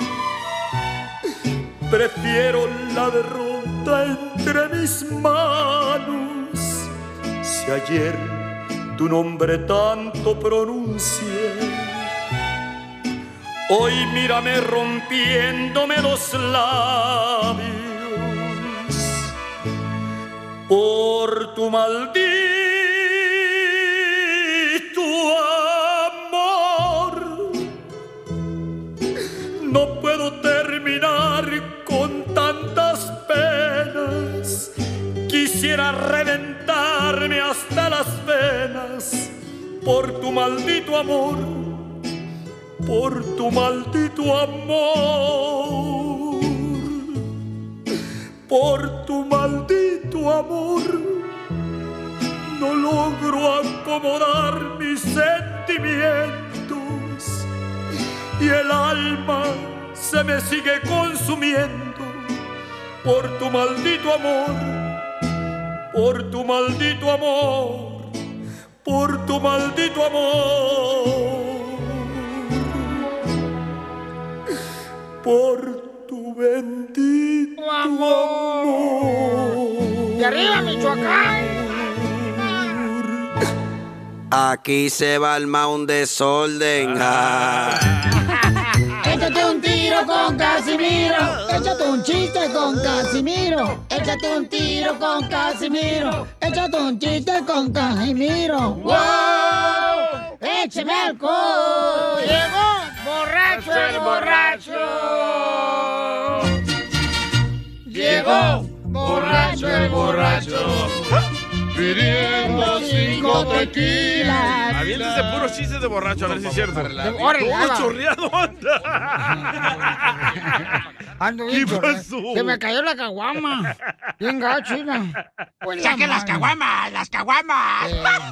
Prefiero la derrota entre mis manos. Si ayer tu nombre tanto pronuncié, hoy mírame rompiéndome los labios por tu maldito amor. No puedo terminar con tantas penas. Quisiera reventarme hasta las venas por tu maldito amor, por tu maldito amor, por tu maldito amor. No logro acomodar mis sentimientos y el alma se me sigue consumiendo por tu maldito amor, por tu maldito amor, por tu maldito amor, por tu bendito amor.
¡De arriba, Michoacán!
Aquí se va a armar un desorden.
Échate un tiro con Casimiro. Échate un chiste con Casimiro. Échate un tiro con Casimiro. Échate un chiste con Casimiro. ¡Wow! ¡Échame alcohol! ¡Llegó borracho el borracho!
Llegó borracho el borracho, pidiendo 5 tequilas.
Aviéntese puros chistes de borracho, a ver si es cierto.
¡Órale,
¡Todo
va!
chorreado anda!
Ando
¿Qué
bien chorreado.
pasó?
Se me cayó la caguama. Bien gacho, mira. Pues
¡Saquen las caguamas, las caguamas!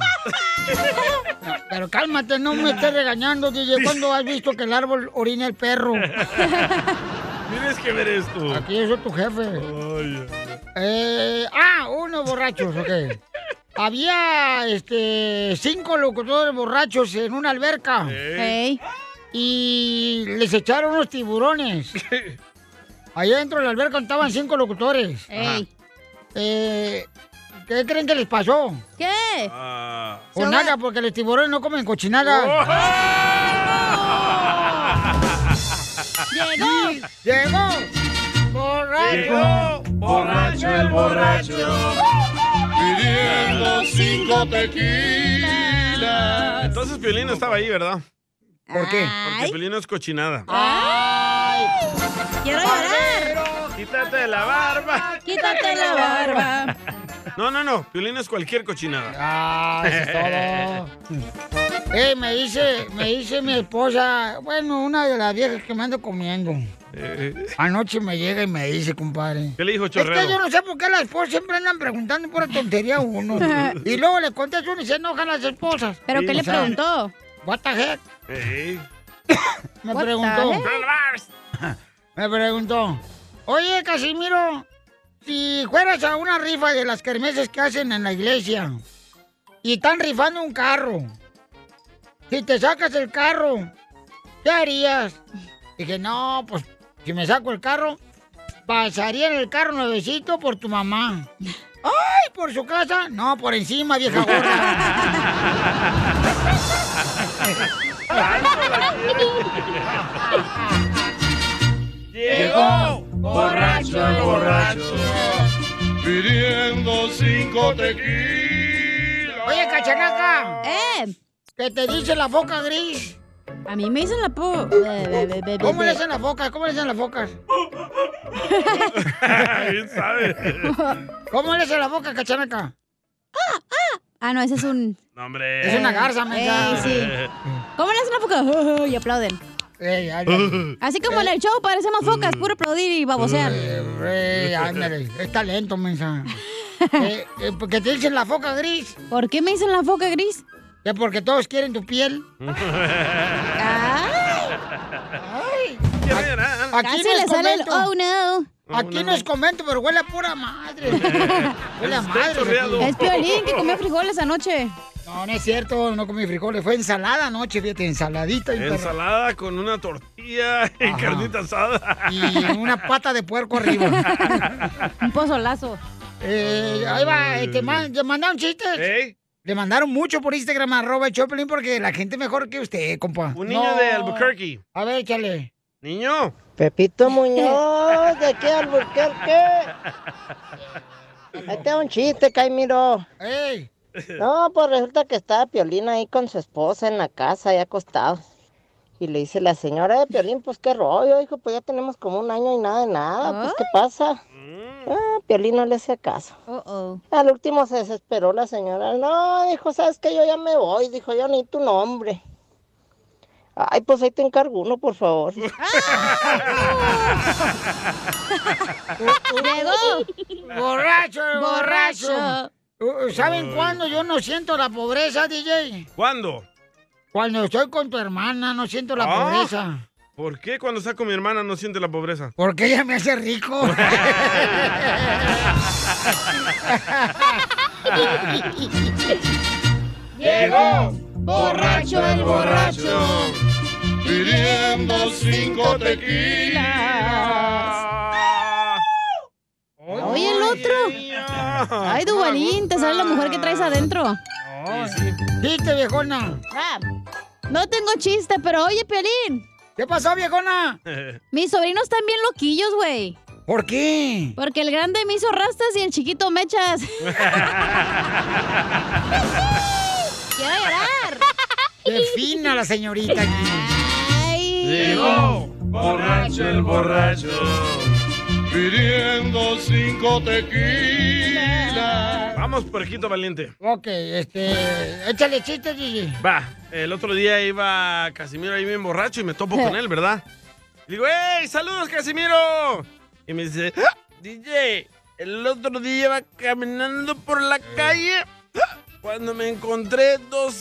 Pero cálmate, no me estés regañando, DJ. ¿Cuándo has visto que el árbol orina el perro?
Tienes que ver esto.
Aquí es tu jefe. Unos borrachos, ok. Había 5 locutores borrachos en una alberca.
Ey.
Y les echaron unos tiburones. Allá dentro de la alberca estaban 5 locutores.
Ey.
¿Qué creen que les pasó?
¿Qué?
Pues nada, porque los tiburones no comen cochinadas.
¡Llegó!
¡Llegó! ¡Borracho!
Llegó borracho el borracho, pidiendo 5 tequilas.
Entonces Piolín no estaba ahí, ¿verdad?
¿Por qué?
Porque Piolín no es cochinada.
¡Ay!
¡Quiero llorar!
¡Quítate la barba!
¡Quítate la barba!
No. Piolín es cualquier cochinada.
Ah, eso es todo. Me dice mi esposa, bueno, una de las viejas que me ando comiendo. Anoche me llega y me dice, compadre.
¿Qué le dijo, Chorrero?
Es que yo no sé por qué las esposas siempre andan preguntando pura tontería a uno. Y luego le contesta uno y se enojan las esposas.
¿Pero qué le preguntó?
What the heck? Me
What
preguntó.
the heck?
Me preguntó. Oye, Casimiro, si fueras a una rifa de las kermeses que hacen en la iglesia y están rifando un carro, si te sacas el carro, ¿qué harías? Dije, no, pues si me saco el carro, pasaría en el carro nuevecito por tu mamá. ¡Ay, por su casa! No, por encima, vieja gorda.
Llegó borracho el borracho, pidiendo 5 tequilas.
Oye, Cachanaca. ¿Qué te dice la foca gris?
A mí me dicen la
¿Cómo le dicen las focas? ¿Cómo le dicen las focas?
¿Quién sabe?
¿Cómo le dicen la foca, Cachanaca?
No, ese es un...
No, hombre.
Es una garza, mensa.
Sí. ¿Cómo le hacen la foca? Y aplauden. Así como en el show parecemos focas, puro aplaudir y babosear.
Ándale, es talento, mensa. ¿Por qué te dicen la foca gris?
¿Por qué me dicen la foca gris?
Que porque todos quieren tu piel. Aquí
Casi le sale el oh no.
Aquí no es comento, pero huele a pura madre. Huele a madre.
Es Piolín que comió frijoles anoche.
No, no es cierto, no comí frijoles. Fue ensalada anoche, fíjate, ensaladita.
Ensalada con una tortilla y carnita asada.
Y una pata de puerco arriba.
Un pozolazo.
Ahí va, ¿te mandaron chistes? Le mandaron mucho por Instagram, @Choplin, porque la gente mejor que usted, compa.
Un niño de Albuquerque.
A ver, échale.
Niño.
Pepito Muñoz, de aquí a Albuquerque. Ahí tengo un chiste, Caimiro.
¡Ey!
No, pues resulta que estaba Piolín ahí con su esposa en la casa, ahí acostados. Y le dice la señora de Piolín, pues qué rollo, hijo, pues ya tenemos como un año y nada de nada, pues qué pasa. Piolín no le hacía caso. Al último se desesperó la señora. No, dijo, ¿sabes qué? Yo ya me voy. Dijo, yo ni tu nombre. Ay, pues ahí te encargo uno, por favor.
¡Llegó!
¡Borracho, borracho! ¿Saben cuándo yo no siento la pobreza, DJ?
¿Cuándo?
Cuando estoy con tu hermana, no siento la pobreza.
¿Por qué cuando está con mi hermana no siente la pobreza?
Porque ella me hace rico.
Llegó borracho el borracho, pidiendo 5 tequilas.
Oye, el otro. Ay, Duvalín, te sale la mujer que traes adentro.
¿Viste, viejona?
No tengo chiste, pero oye, Piolín.
¿Qué pasó, viejona?
Mis sobrinos están bien loquillos, güey.
¿Por qué?
Porque el grande me hizo rastas y el chiquito mechas. ¡Quiero llorar!
¡Qué fina la señorita aquí!
¡Ay!
Llegó borracho el borracho, pidiendo 5 tequilas.
Vamos, puerquito valiente.
Ok, échale chistes, Gigi.
Va, el otro día iba Casimiro ahí bien borracho y me topo con él, ¿verdad? Y digo, ¡hey, saludos, Casimiro! Y me dice, DJ, el otro día iba caminando por la calle cuando me encontré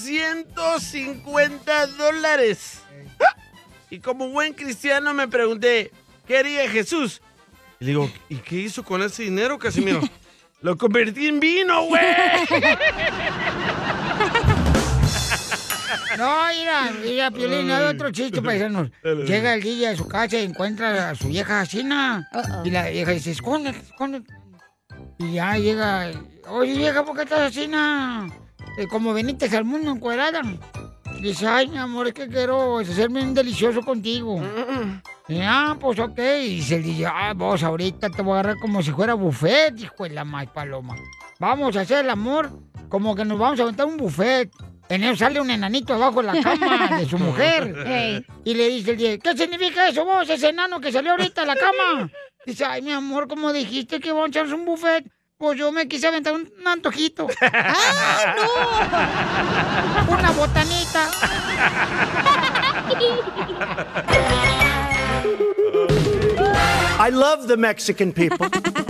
$250. Y como buen cristiano me pregunté, ¿qué haría Jesús? Y le digo, ¿y qué hizo con ese dinero, Casimiro? Lo convertí en vino, güey.
No, mira, Piolín, hay otro chiste, paisanos. Llega el DJ a su casa y encuentra a su vieja asina. Y la vieja dice, escóndete, escóndete. Y ya llega, oye, vieja, ¿por qué estás asina? Como veniste al mundo encuerada. Dice, ay, mi amor, es que quiero hacerme un delicioso contigo. Y, pues ok. Y dice el DJ, vos ahorita te voy a agarrar como si fuera buffet, hijo de la más paloma. Vamos a hacer el amor como que nos vamos a aventar un buffet. En eso sale un enanito abajo de la cama de su mujer.
Hey.
Y le dice el DJ, ¿qué significa eso vos, ese enano que salió ahorita de la cama? Dice, ay, mi amor, ¿cómo dijiste que vamos a echarnos un buffet? Pues yo me quise aventar un antojito. ¡Ah, no! Una botanita.
I love the Mexican people.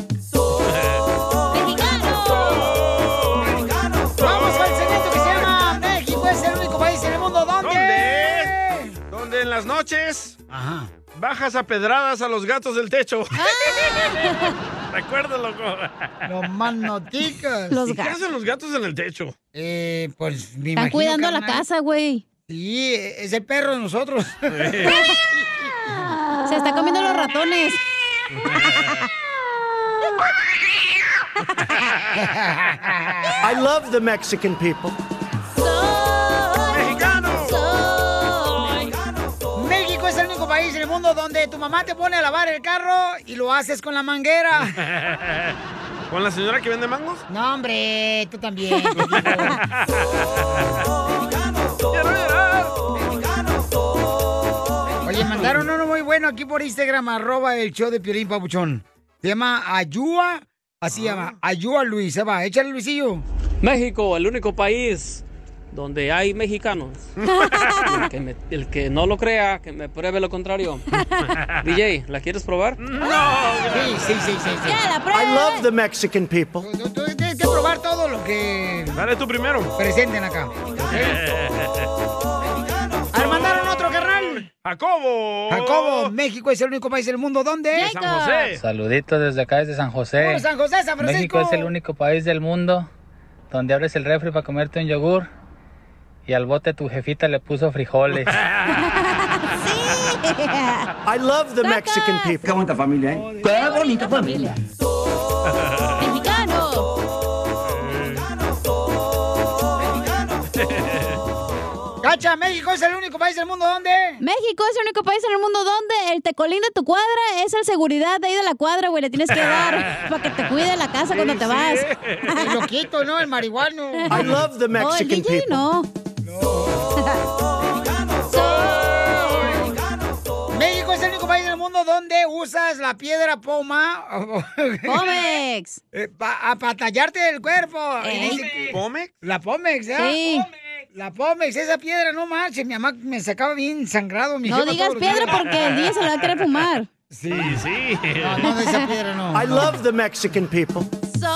Vamos con el segmento que se llama México es el único país en el mundo donde...
Donde en las noches bajas a pedradas a los gatos del techo. Recuerda, loco.
Los más noticas.
¿Y qué hacen los gatos en el techo?
Pues me
Están
imagino,
cuidando la
carnal.
casa, güey.
Sí, es el perro de nosotros.
Se está comiendo los ratones.
I love the Mexican people.
México es el único país en el mundo donde tu mamá te pone a lavar el carro y lo haces con la manguera.
¿Con la señora que vende mangos?
No, hombre, tú también. Oye, mandaron uno muy bueno aquí por Instagram, @el_show_de_Piolín, papuchón. Se llama Ayúa, así se llama, Ayúa Luis, se va, échale Luisillo.
México, el único país donde hay mexicanos. El que no lo crea, que me pruebe lo contrario. DJ, ¿la quieres probar?
No.
Sí.
I love the Mexican people.
Tú tienes que probar todo lo que...
Dale tú primero.
Presenten acá. Al mandaron otro, carnal.
Jacobo,
México es el único país del mundo donde...
San José.
Saluditos desde acá, desde San José.
Hola, San José, San Francisco.
México es el único país del mundo donde abres el refri para comerte un yogur y al bote tu jefita le puso frijoles.
I love the Mexican people.
Qué bonita familia, ¿eh? Qué bonita familia.
¡Mexicano!
Cacha, México es el único país del mundo donde...
México es el único país en el mundo donde el tecolín de tu cuadra es el seguridad de ahí de la cuadra, güey. Le tienes que dar para que te cuide la casa cuando te vas.
El loquito, ¿no? El marihuano.
I love the Mexican
el DJ
people.
no.
México es el único país del mundo donde usas la piedra poma.
Pómex.
Para tallarte el cuerpo.
¿Pómex?
La Pómex, ¿eh?
Sí.
La Pómex, esa piedra, no manches. Mi mamá me sacaba bien sangrado. Mi
No
jefa
digas
todos los
piedra
días.
porque el DJ se lo va a querer fumar.
Sí.
No, de esa piedra no.
I love the Mexican people.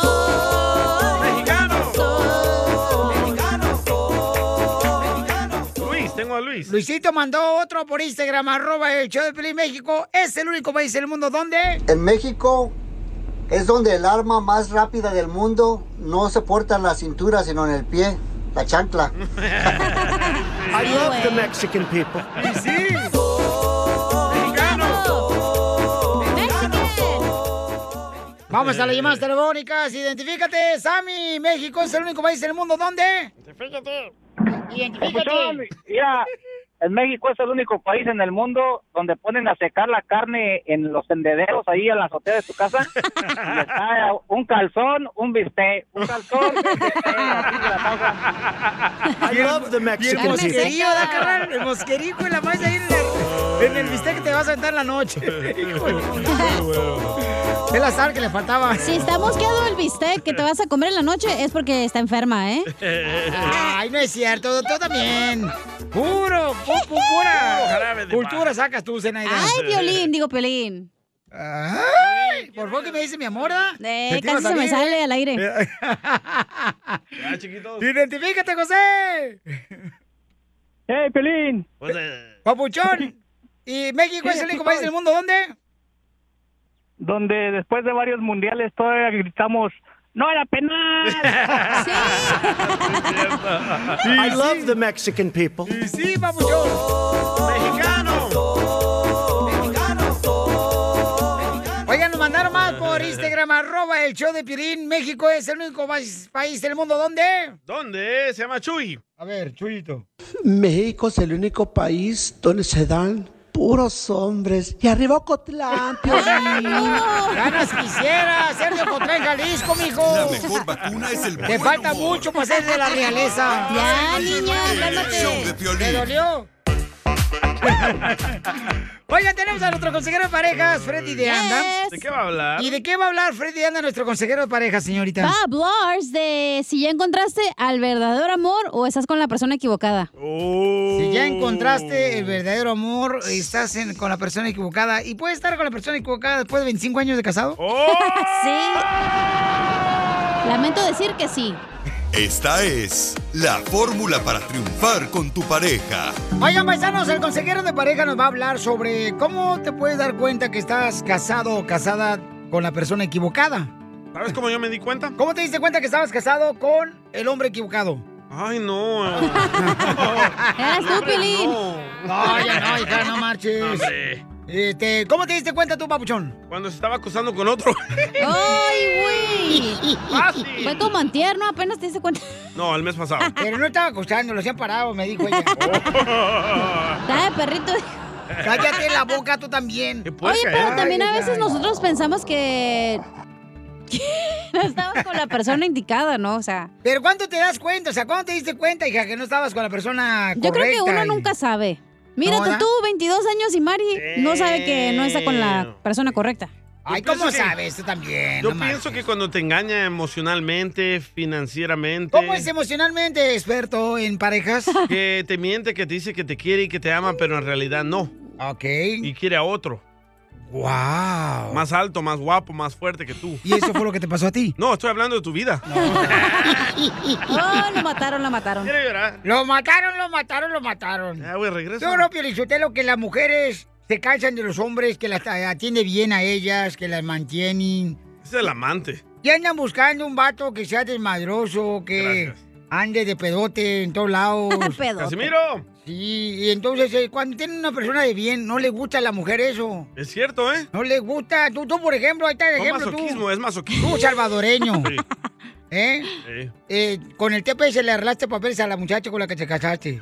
Luis, tengo a Luis.
Luisito mandó otro por Instagram, @el_show_de_Piolín México. Es el único país del mundo donde...
En México es donde el arma más rápida del mundo no se porta en la cintura, sino en el pie, la chancla.
I love the Mexican people.
Sí. Vamos a las llamadas telefónicas. Identifícate, Sammy. México es el único país del mundo donde... Identifícate.
Mira, en México es el único país en el mundo donde ponen a secar la carne en los tendederos ahí en la azotea de tu casa. Y está un calzón, un bistec, un calzón, un bistec, así de la causa.
I love the
Y el
Mexican people.
mosquerío, ¿da, carnal? El mosquerico y la maíz ahí en el bistec que te vas a aventar en la noche. Es la sal que le faltaba.
Si está mosqueado el bistec que te vas a comer en la noche es porque está enferma, ¿eh?
Ay, no es cierto, tú también. Pura cultura sacas tú, Zenaida.
Ay, Piolín, digo Piolín.
Ay, por favor que me dice mi amor, ¿da?
Casi se me sale al aire.
Ya, chiquitos.
Identifícate, José.
¡Hey, Piolín!
Papuchón. ¿Y México es el único país del mundo donde?
Donde después de varios mundiales todavía gritamos ¡no era penal!
I love the Mexican people.
Y sí, papuchón.
¡Mexicano!
Oigan, nos mandaron más por Instagram, @el_show_de_Piolín. México es el único país del mundo donde...
¿Dónde? Se llama Chuy.
A ver, Chuyito.
México es el único país donde se dan puros hombres. Y arriba Ocotlán, Piolín.
Ganas quisiera ser de Ocotlán, Jalisco, mijo.
La mejor vacuna es el
Te
buen
falta
humor.
mucho para ser de la realeza.
Ya, niña,
El show de
cálmate.
Piolín.
¿Te dolió? Oigan, tenemos a nuestro consejero de parejas, Freddy de Anda.
¿De qué va a hablar?
¿Y de qué va a hablar Freddy de Anda, nuestro consejero de parejas, señorita?
Va a hablar de si ya encontraste al verdadero amor o estás con la persona equivocada.
Si ya encontraste el verdadero amor, estás con la persona equivocada. ¿Y puedes estar con la persona equivocada después de 25 años de casado?
Sí. Lamento decir que sí.
Esta es la fórmula para triunfar con tu pareja.
Oigan, paisanos, el consejero de pareja nos va a hablar sobre cómo te puedes dar cuenta que estás casado o casada con la persona equivocada.
¿Sabes cómo yo me di cuenta?
¿Cómo te diste cuenta que estabas casado con el hombre equivocado?
Ay, no.
Eras tú, Piolín.
No, ya no, hija, no marches.
Hombre.
¿Cómo te diste cuenta tú, papuchón?
Cuando se estaba acostando con otro.
¡Ay, güey!
Fácil.
Fue como antier, ¿no? Apenas te diste cuenta.
No, el mes pasado.
Pero no estaba acostando, lo hacían parado, me dijo ella.
Dale, perrito.
Cállate la boca tú también.
Oye, pero también a veces nosotros pensamos que no estabas con la persona indicada, ¿no? O sea.
¿Pero cuándo te das cuenta? O sea, ¿cuándo te diste cuenta, hija, que no estabas con la persona correcta?
Yo creo que uno nunca sabe. Mírate tú, 22 años y Mari no sabe que no está con la persona correcta.
Ay, ¿cómo sabes? Tú también.
Yo pienso que cuando te engaña emocionalmente, financieramente...
¿Cómo es emocionalmente, experto en parejas?
Que te miente, que te dice que te quiere y que te ama, pero en realidad no.
Ok.
Y quiere a otro.
¡Wow!
Más alto, más guapo, más fuerte que tú.
¿Y eso fue lo que te pasó a ti?
No, estoy hablando de tu vida.
Oh, lo mataron.
Quiero llorar.
Lo mataron.
Ya, güey, regreso.
Yo creo, Piolichotelo, que las mujeres se cansan de los hombres que las atiende bien a ellas, que las mantienen.
Es el amante.
Y andan buscando un vato que sea desmadroso, que ande de pedote en todos lados.
¡Casimiro!
Sí, y entonces cuando tienen una persona de bien, no le gusta a la mujer eso.
Es cierto, ¿eh?
No le gusta. Tú por ejemplo, ahí está el
No,
ejemplo.
masoquismo, es masoquismo.
Tú, salvadoreño.
Sí.
¿Eh? Con el TPS le arreglaste papeles a la muchacha con la que te casaste.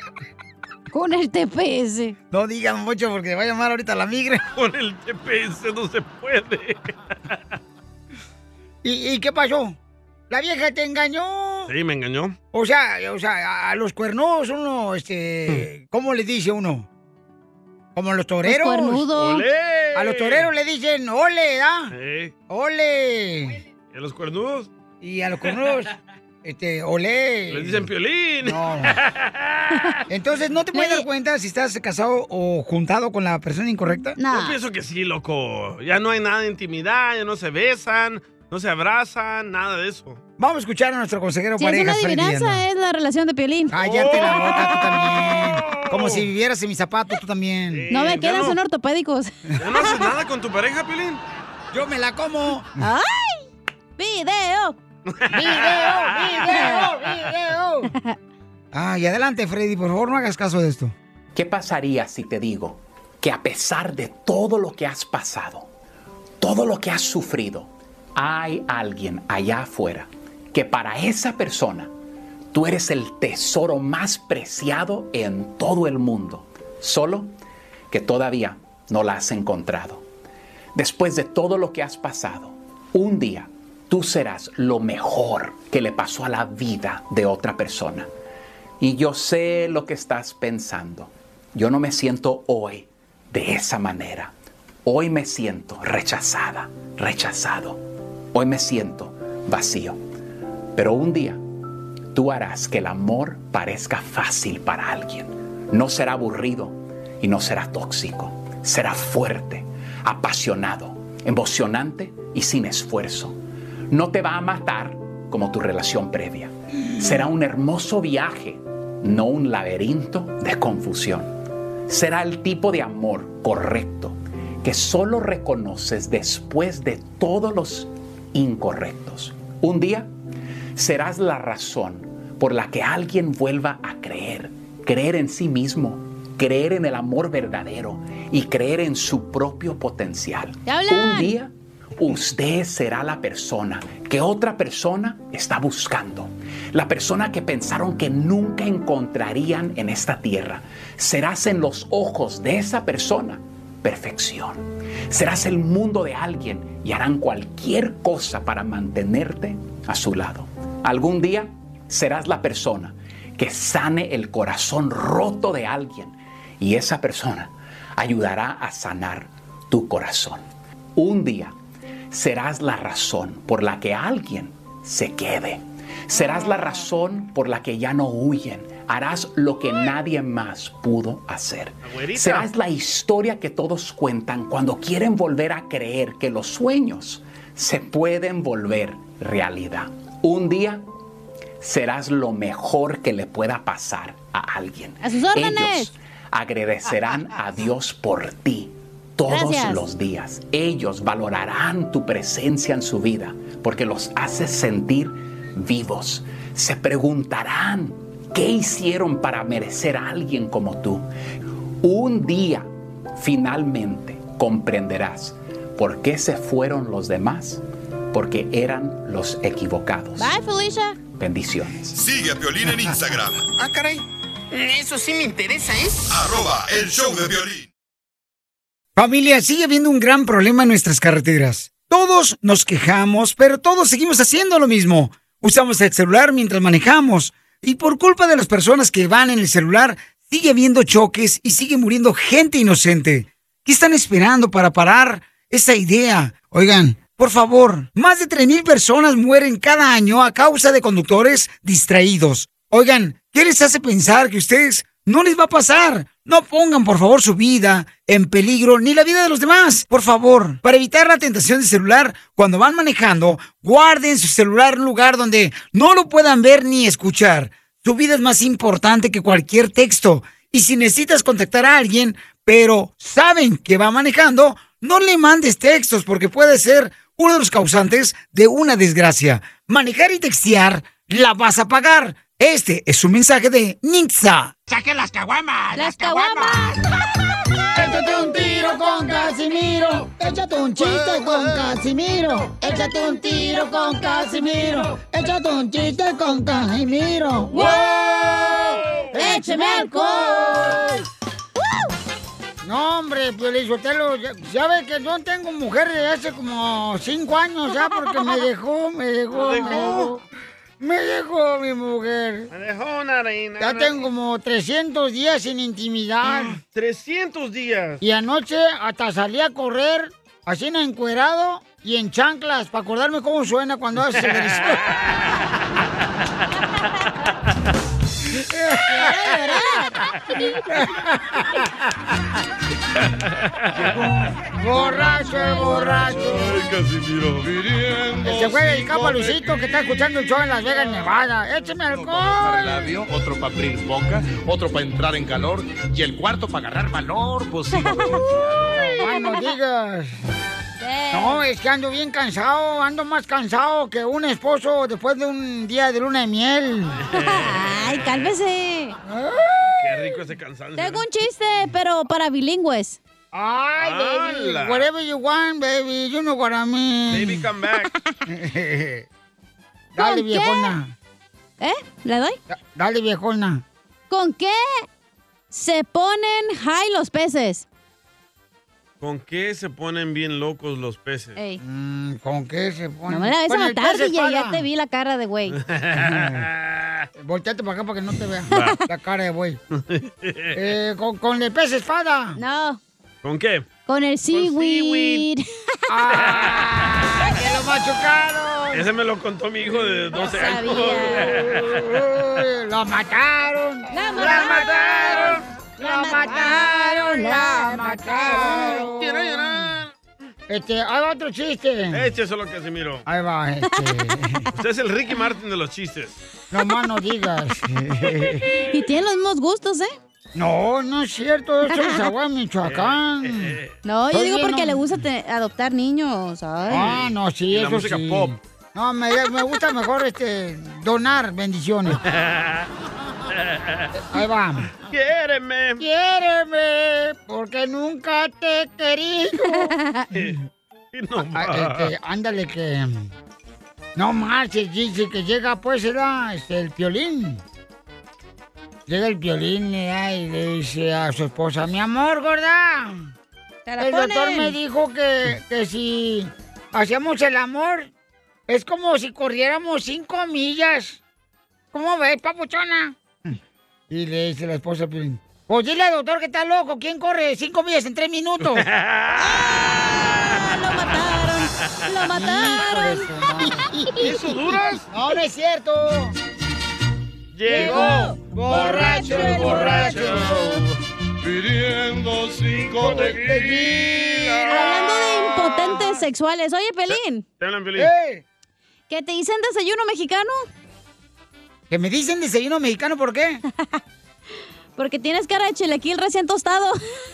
Con el TPS.
No digan mucho porque va a llamar ahorita la migra.
Con el TPS no se puede.
¿Y qué pasó? ¿La vieja te engañó?
Sí, me engañó.
O sea, a los cuernos uno, ¿cómo les dice uno? Como los toreros.
Los cuernudos.
¡Olé!
A los toreros le dicen, ole, ¿da?
Sí.
¡Ole!
¿Y a los cuernudos?
Y a los cuernudos, ole.
Les dicen Piolín.
No. Entonces, ¿no te puedes dar cuenta si estás casado o juntado con la persona incorrecta?
Yo pienso que sí, loco. Ya no hay nada de intimidad, ya no se besan, no se abrazan, nada de eso.
Vamos a escuchar a nuestro consejero
Si
parejas,
es una
Freddy
adivinanza,
Anda.
es la relación de Piolín.
Cállate la boca, tú también. Como si vivieras en mis zapatos, tú también.
No me quedan, son ortopédicos.
¿Ya no haces nada con tu pareja, Piolín?
Yo me la como.
¡Ay! ¡Video!
¡Video! Ay, adelante, Freddy, por favor, no hagas caso de esto.
¿Qué pasaría si te digo que a pesar de todo lo que has pasado, todo lo que has sufrido, hay alguien allá afuera que para esa persona tú eres el tesoro más preciado en todo el mundo, solo que todavía no la has encontrado? Después de todo lo que has pasado, un día tú serás lo mejor que le pasó a la vida de otra persona. Y yo sé lo que estás pensando. Yo no me siento hoy de esa manera. Hoy me siento rechazada, rechazado. Hoy me siento vacío. Pero un día tú harás que el amor parezca fácil para alguien. No será aburrido y no será tóxico. Será fuerte, apasionado, emocionante y sin esfuerzo. No te va a matar como tu relación previa. Será un hermoso viaje, no un laberinto de confusión. Será el tipo de amor correcto que solo reconoces después de todos los incorrectos. Un día serás la razón por la que alguien vuelva a creer en sí mismo, creer en el amor verdadero y creer en su propio potencial. Un día usted será la persona que otra persona está buscando. La persona que pensaron que nunca encontrarían en esta tierra. Serás en los ojos de esa persona perfección. Serás el mundo de alguien y harán cualquier cosa para mantenerte a su lado. Algún día serás la persona que sane el corazón roto de alguien y esa persona ayudará a sanar tu corazón. Un día serás la razón por la que alguien se quede. Serás la razón por la que ya no huyen. Harás lo que nadie más pudo hacer.
Abuelita.
Serás la historia que todos cuentan cuando quieren volver a creer que los sueños se pueden volver realidad. Un día serás lo mejor que le pueda pasar a alguien.
¡A sus órdenes!
Ellos agradecerán a Dios por ti todos
Gracias.
los días. Ellos valorarán tu presencia en su vida porque los haces sentir vivos. Se preguntarán qué hicieron para merecer a alguien como tú. Un día finalmente comprenderás por qué se fueron los demás, porque eran los equivocados.
Bye, Felicia.
Bendiciones.
Sigue a Piolín en Instagram.
Ah, caray. Eso sí me interesa, ¿eh?
@el show de Piolín.
Familia, sigue habiendo un gran problema en nuestras carreteras. Todos nos quejamos, pero todos seguimos haciendo lo mismo. Usamos el celular mientras manejamos. Y por culpa de las personas que van en el celular, sigue habiendo choques y sigue muriendo gente inocente. ¿Qué están esperando para parar esa idea? Oigan, por favor, más de 3,000 personas mueren cada año a causa de conductores distraídos. Oigan, ¿qué les hace pensar que a ustedes no les va a pasar? No pongan, por favor, su vida en peligro ni la vida de los demás. Por favor, para evitar la tentación de celular, cuando van manejando, guarden su celular en un lugar donde no lo puedan ver ni escuchar. Su vida es más importante que cualquier texto. Y si necesitas contactar a alguien, pero saben que va manejando, no le mandes textos porque puede ser uno de los causantes de una desgracia. Manejar y textear la vas a pagar. Este es un mensaje de Nixa.
¡Saquen las caguamas!
¡Las caguamas!
Échate un tiro con Casimiro. Échate un chiste con Casimiro. Échate un tiro con Casimiro. Échate un chiste con Casimiro. ¡Wow! ¡Écheme alcohol! No, hombre, Piolizotelo, ya ve que no tengo mujer desde hace como 5 años ya porque me dejó mi mujer.
Me dejó una reina.
Ya tengo como 300 días sin intimidad.
300 días.
Y anoche hasta salí a correr, así en encuerado y en chanclas, para acordarme cómo suena cuando hace ejercicio. Borracho, borracho.
Ay, Casimiro.
Se fue dedicado a Luisito, que está escuchando el show en Las Vegas, Nevada. ¡Écheme alcohol!
Labio, otro para abrir boca, otro para entrar en calor y el cuarto para agarrar valor, pues sí.
Ay, no digas. No, es que ando bien cansado, ando más cansado que un esposo después de un día de luna de miel.
Ay, cálmese.
Qué rico ese cansancio.
Tengo un chiste, pero para bilingües.
Ay, baby,
¡Hala!
whatever you want, baby, you know what I mean.
Baby, come back.
Dale,
¿Con
viejona.
¿Eh? ¿Le doy?
Dale, viejona.
¿Con qué se ponen high los peces?
¿Con qué se ponen bien locos los peces?
Ey.
¿Con qué se ponen?
No me la vayas a
Con el
matar,
pez
DJ, ya
espada.
te vi la cara de güey.
Volteate para acá para que no te vea
Va.
la cara de güey. Con el pez espada.
No,
¿Con qué?
con el seaweed.
¡Ah! ¡Que lo machucaron!
Ese me lo contó mi hijo de 12 años.
Uy, ¡Lo mataron!
¡La
mataron!
¡La mataron!
¡La mataron!
Quiero llorar.
Ahí va otro chiste.
Écheselo, Casimiro.
Ahí va,
Usted es el Ricky Martin de los chistes.
No más no digas.
Y tienen los mismos gustos, ¿eh?
No, no es cierto. Yo soy de Zaguay, Michoacán.
No, yo
Soy
digo
bien,
porque
no.
le gusta adoptar niños. Ay.
Ah, no, sí,
Y la
eso
música
sí.
pop.
No, me gusta mejor donar bendiciones. Ahí va.
Quiéreme.
Quiéreme, porque nunca te he querido.
Y no más.
Ándale que... No marches, dice que llega pues era el Piolín. Llega el Piolín y le dice a su esposa, mi amor, gorda.
Te la
El doctor
ponen.
me dijo que si hacíamos el amor, es como si corriéramos 5 millas. ¿Cómo ves, papuchona? Y le dice la esposa, Pues dile al doctor que está loco. ¿Quién corre 5 millas en 3 minutos?
¡Lo mataron! ¡Lo mataron!
¿Eso duras?
No, no es cierto.
Llegó
borracho el borracho.
Pidiendo 5 tequilas.
Hablando de impotentes sexuales. Oye, Pelín.
Te hablan, Pelín.
¿Que te dicen desayuno mexicano?
¿Que me dicen desayuno mexicano? ¿Por qué?
Porque tienes cara de chilaquil recién tostado.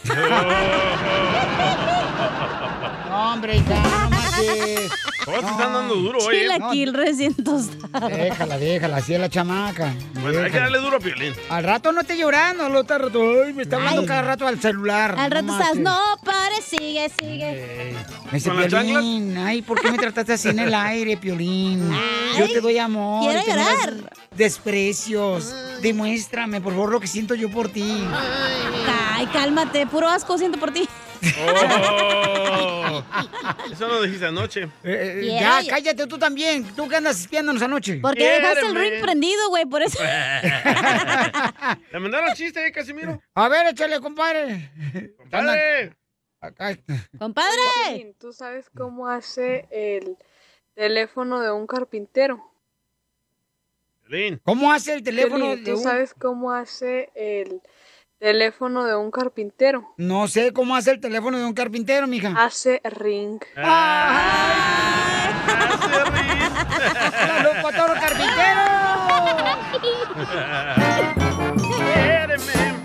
No, hombre, hija, no manches.
¿Cómo te están dando duro hoy?
Chilaquil recién tostado.
Déjala, así es la chamaca.
Bueno, hay que darle duro a Piolín.
Al rato no esté llorando, al otro rato, ay, me está hablando cada rato al celular.
Al rato estás,
manches.
no, pare, sigue.
Me dice, Piolín, ay, ¿por qué me trataste así en el aire, Piolín? Yo te doy amor.
quiero
y tú me das
llorar.
Desprecios. Demuéstrame, por favor, lo que siento yo por ti.
Ay, cálmate, puro asco siento por ti.
Oh, eso lo dijiste anoche.
Ya, cállate tú también. ¿Tú qué andas espiándonos anoche?
Porque dejaste el ring prendido, güey, por eso.
¿Le mandaron chiste, Casimiro?
A ver, échale, compadre.
¡Compadre!
Acá.
¡Compadre!
¿Tú sabes cómo hace el teléfono de un carpintero?
Piolín.
¿Cómo hace el teléfono
Piolín,
de
¿tú
un...?
sabes cómo hace el teléfono de un carpintero?
No sé cómo hace el teléfono de un carpintero, mija.
Hace ring.
¡Saludos para todos los carpinteros!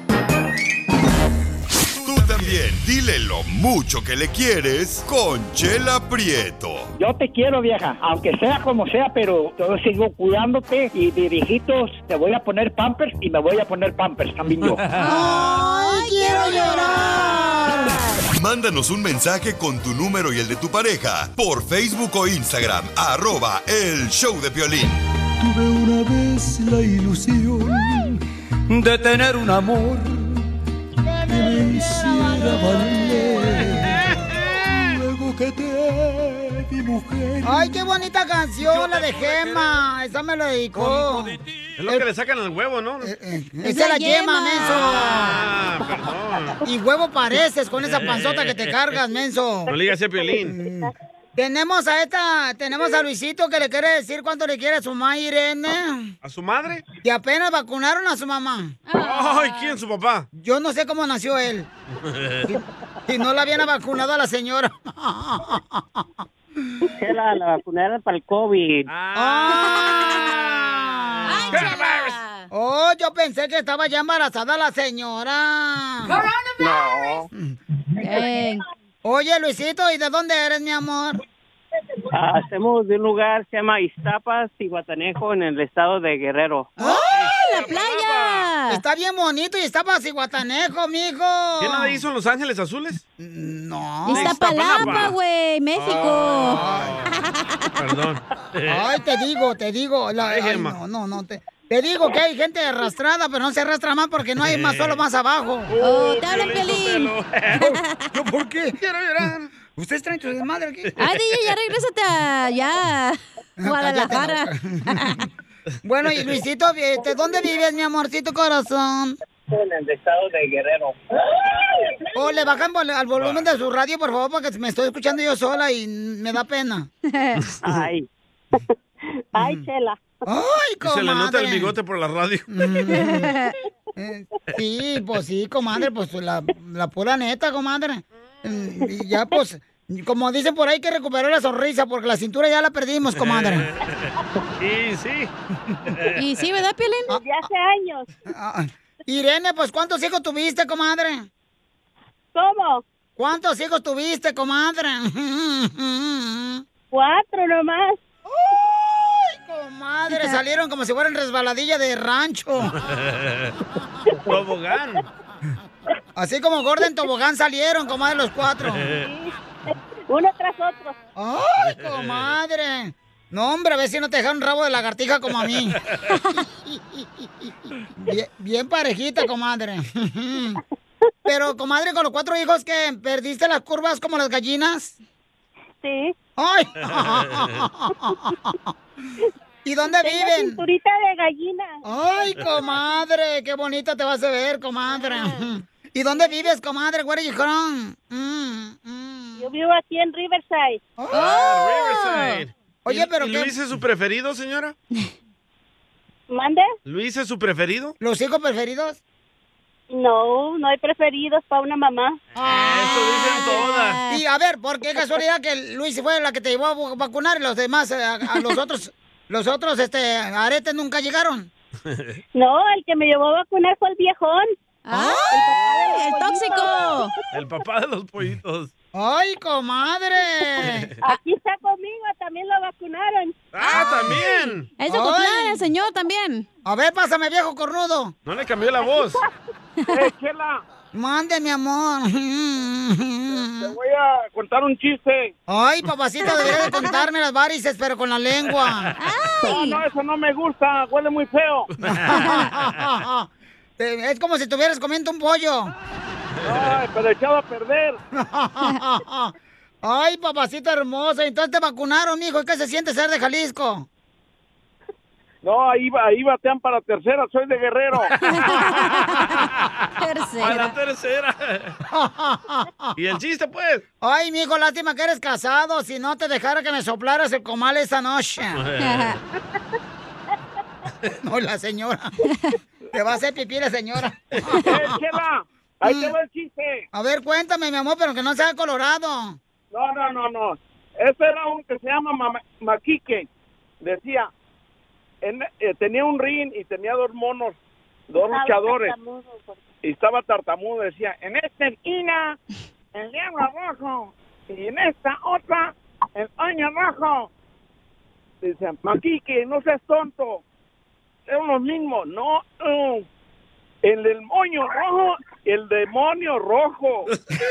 Tú también, dile lo mucho que le quieres con Chela Prieto.
Yo te quiero, vieja, aunque sea como sea, pero yo sigo cuidándote y de viejitos te voy a poner Pampers y me voy a poner Pampers también yo.
¡Ay, quiero llorar!
Mándanos un mensaje con tu número y el de tu pareja por Facebook o Instagram, @El Show de Piolín.
Tuve una vez la ilusión de tener un amor que me hiciera valer. Luego que te vi, mujer.
¡Ay, qué bonita canción, la de Gema! Esa me la dedicó.
Es lo que le sacan al huevo, ¿no?
Esa es la yema, menso.
Ah, perdón.
Y huevo pareces con esa panzota que te cargas, menso.
No le digas a Piolín.
Tenemos a Luisito que le quiere decir cuánto le quiere a su mamá Irene.
¿A su madre?
Que apenas vacunaron a su mamá.
Ay, ¿quién? ¿Su papá?
Yo no sé cómo nació él. Si no la habían vacunado a la señora.
La vacunaron para el COVID.
Oh, yo pensé que estaba ya embarazada la señora.
No.
Oye, Luisito, ¿y de dónde eres, mi amor?
Hacemos de un lugar que se llama Iztapas y Guatanejo en el estado de Guerrero.
¡Oh, la playa! Está bien bonito y está para Cihuatanejo, mijo.
¿Quién la hizo en Los Ángeles Azules?
No.
Iztapalapa, güey, México.
Perdón.
Ay, te digo. Ay, no. Te digo que hay gente arrastrada, pero no se arrastra más porque no hay más solo más abajo.
Oh, te hablan, Pelín.
¿Yo por qué? Quiero llorar. ¿Ustedes traen tu desmadre aquí?
Ay, DJ, ya regrésate allá. Guadalajara.
Bueno, y Luisito, ¿dónde vives, mi amorcito corazón?
En el estado de Guerrero.
Oh, le bajan al volumen de su radio, por favor, porque me estoy escuchando yo sola y me da pena.
Ay. Ay, Chela.
Ay, comadre.
Se le nota el bigote por la radio.
Sí, pues sí, comadre, pues la pura neta, comadre. Y ya, pues, como dicen por ahí, que recuperar la sonrisa, porque la cintura ya la perdimos, comadre.
Sí.
Y sí, ¿verdad, Piolín?
Desde hace años.
Irene, pues, ¿cuántos hijos tuviste, comadre?
¿Cómo?
¿Cuántos hijos tuviste, comadre?
4 nomás.
¡Ay, comadre! Salieron como si fueran resbaladilla de rancho.
Tobogán.
Así como Gordon Tobogán salieron, comadre, los 4.
Sí. Uno tras otro.
¡Ay, comadre! No, hombre, a ver si no te dejaron rabo de lagartija como a mí. Bien parejita, comadre. Pero, comadre, con los 4 hijos, ¿que perdiste las curvas como las gallinas?
Sí.
¡Ay! ¿Y dónde
Tengo
viven?
cinturita de gallina.
Ay, comadre, qué bonita te vas a ver, comadre. ¿Y dónde vives, comadre? Where are you from?
Yo vivo aquí en Riverside.
Riverside.
Oye, pero
¿Y
qué...
Luis es su preferido, señora?
¿Mande?
¿Luis es su preferido?
¿Los hijos preferidos?
No, no hay preferidos para una mamá.
Eso dicen todas.
Y a ver, ¿por qué casualidad que Luis fue la que te llevó a vacunar y los demás, a los otros, aretes nunca llegaron?
No, el que me llevó a vacunar fue el viejón.
¡Ah! ¡El tóxico!
El papá de los pollitos.
¡Ay, comadre!
Aquí está conmigo, también lo vacunaron.
¡Ah, también!
Es de Ocotlán, el señor también.
A ver, pásame, viejo cornudo.
No le cambió la voz.
Chela,
Mande, mi amor.
te voy a contar un chiste.
Ay, papacito, debería de contarme las varices, pero con la lengua.
No, eso no me gusta, huele muy feo.
Es como si estuvieras comiendo un pollo.
Ay, pero echado a perder.
Ay, papacito hermoso. Entonces te vacunaron, mijo. ¿Qué se siente ser de Jalisco?
No, ahí batean para tercera, soy de Guerrero.
A la tercera. ¿Y el chiste, pues?
Ay, mijo, lástima que eres casado. Si no te dejara que me soplaras el comal esta noche. No, la señora. Te va a hacer pipí la señora.
Chela, ahí te va el chiste.
A ver, cuéntame, mi amor, pero que no sea colorado.
No. Ese era un que se llama Maquique. Decía, tenía un ring y tenía dos monos, dos luchadores. Y estaba tartamudo. Decía, en esta esquina, el diablo rojo. Y en esta otra, el año rojo. Dice, Maquique, no seas tonto. Son los mismos. No. El del moño rojo, el demonio rojo.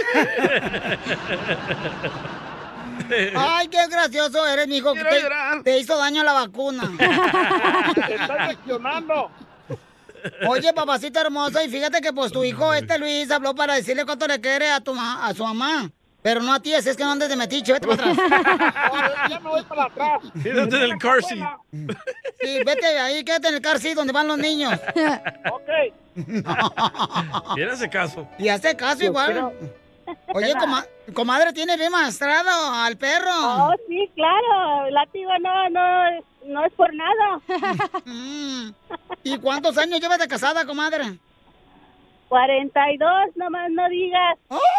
Ay, qué gracioso eres, mijo. Te hizo daño la vacuna.
Te estás leccionando.
Oye, papacito hermoso, y fíjate que pues tu hijo, Luis, habló para decirle cuánto le quiere a su mamá. Pero no a ti, es que no andes de metiche, vete para atrás.
Ya me voy para atrás.
Quédate en el car seat.
Sí, vete ahí, quédate en el car seat donde van los niños.
Ok.
Y hace caso.
Y hace caso igual. Oye, comadre, ¿tiene bien maestrado al perro?
Oh, sí, claro. El látigo no es por nada.
¿Y cuántos años llevas de casada, comadre?
42, nomás no digas.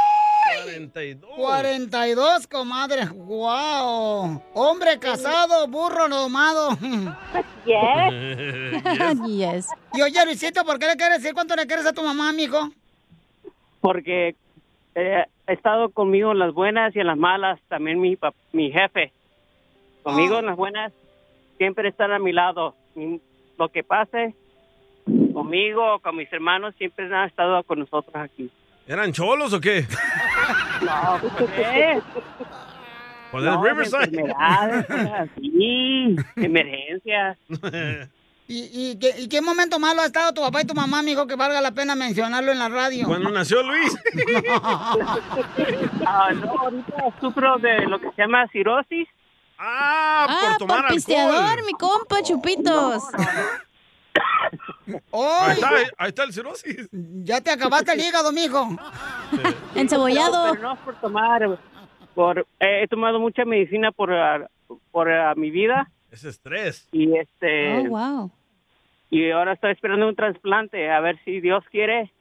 42, comadre. ¡Wow! Hombre casado, burro domado.
Yes.
Y oye, Luisito, ¿por qué le quieres decir cuánto le quieres a tu mamá, mijo?
Porque ha estado conmigo en las buenas y en las malas, también mi jefe. Conmigo en las buenas siempre están a mi lado. Lo que pase conmigo o con mis hermanos siempre han estado con nosotros aquí.
¿Eran cholos o qué?
No, ¿qué?
Pues es Riverside.
Sí, emergencias.
¿Y qué momento malo ha estado tu papá y tu mamá, mijo, que valga la pena mencionarlo en la radio?
Cuando nació Luis.
No, ahorita sufro de lo que se llama cirrosis.
Por tomar
por pisteador, mi compa, Chupitos.
Ahí está el cirrosis.
Ya te acabaste el hígado, mijo.
Encebollado.
Pero no es por tomar. He tomado mucha medicina por mi vida.
Es estrés.
Y
Oh, wow.
Y ahora estoy esperando un trasplante. A ver si Dios quiere.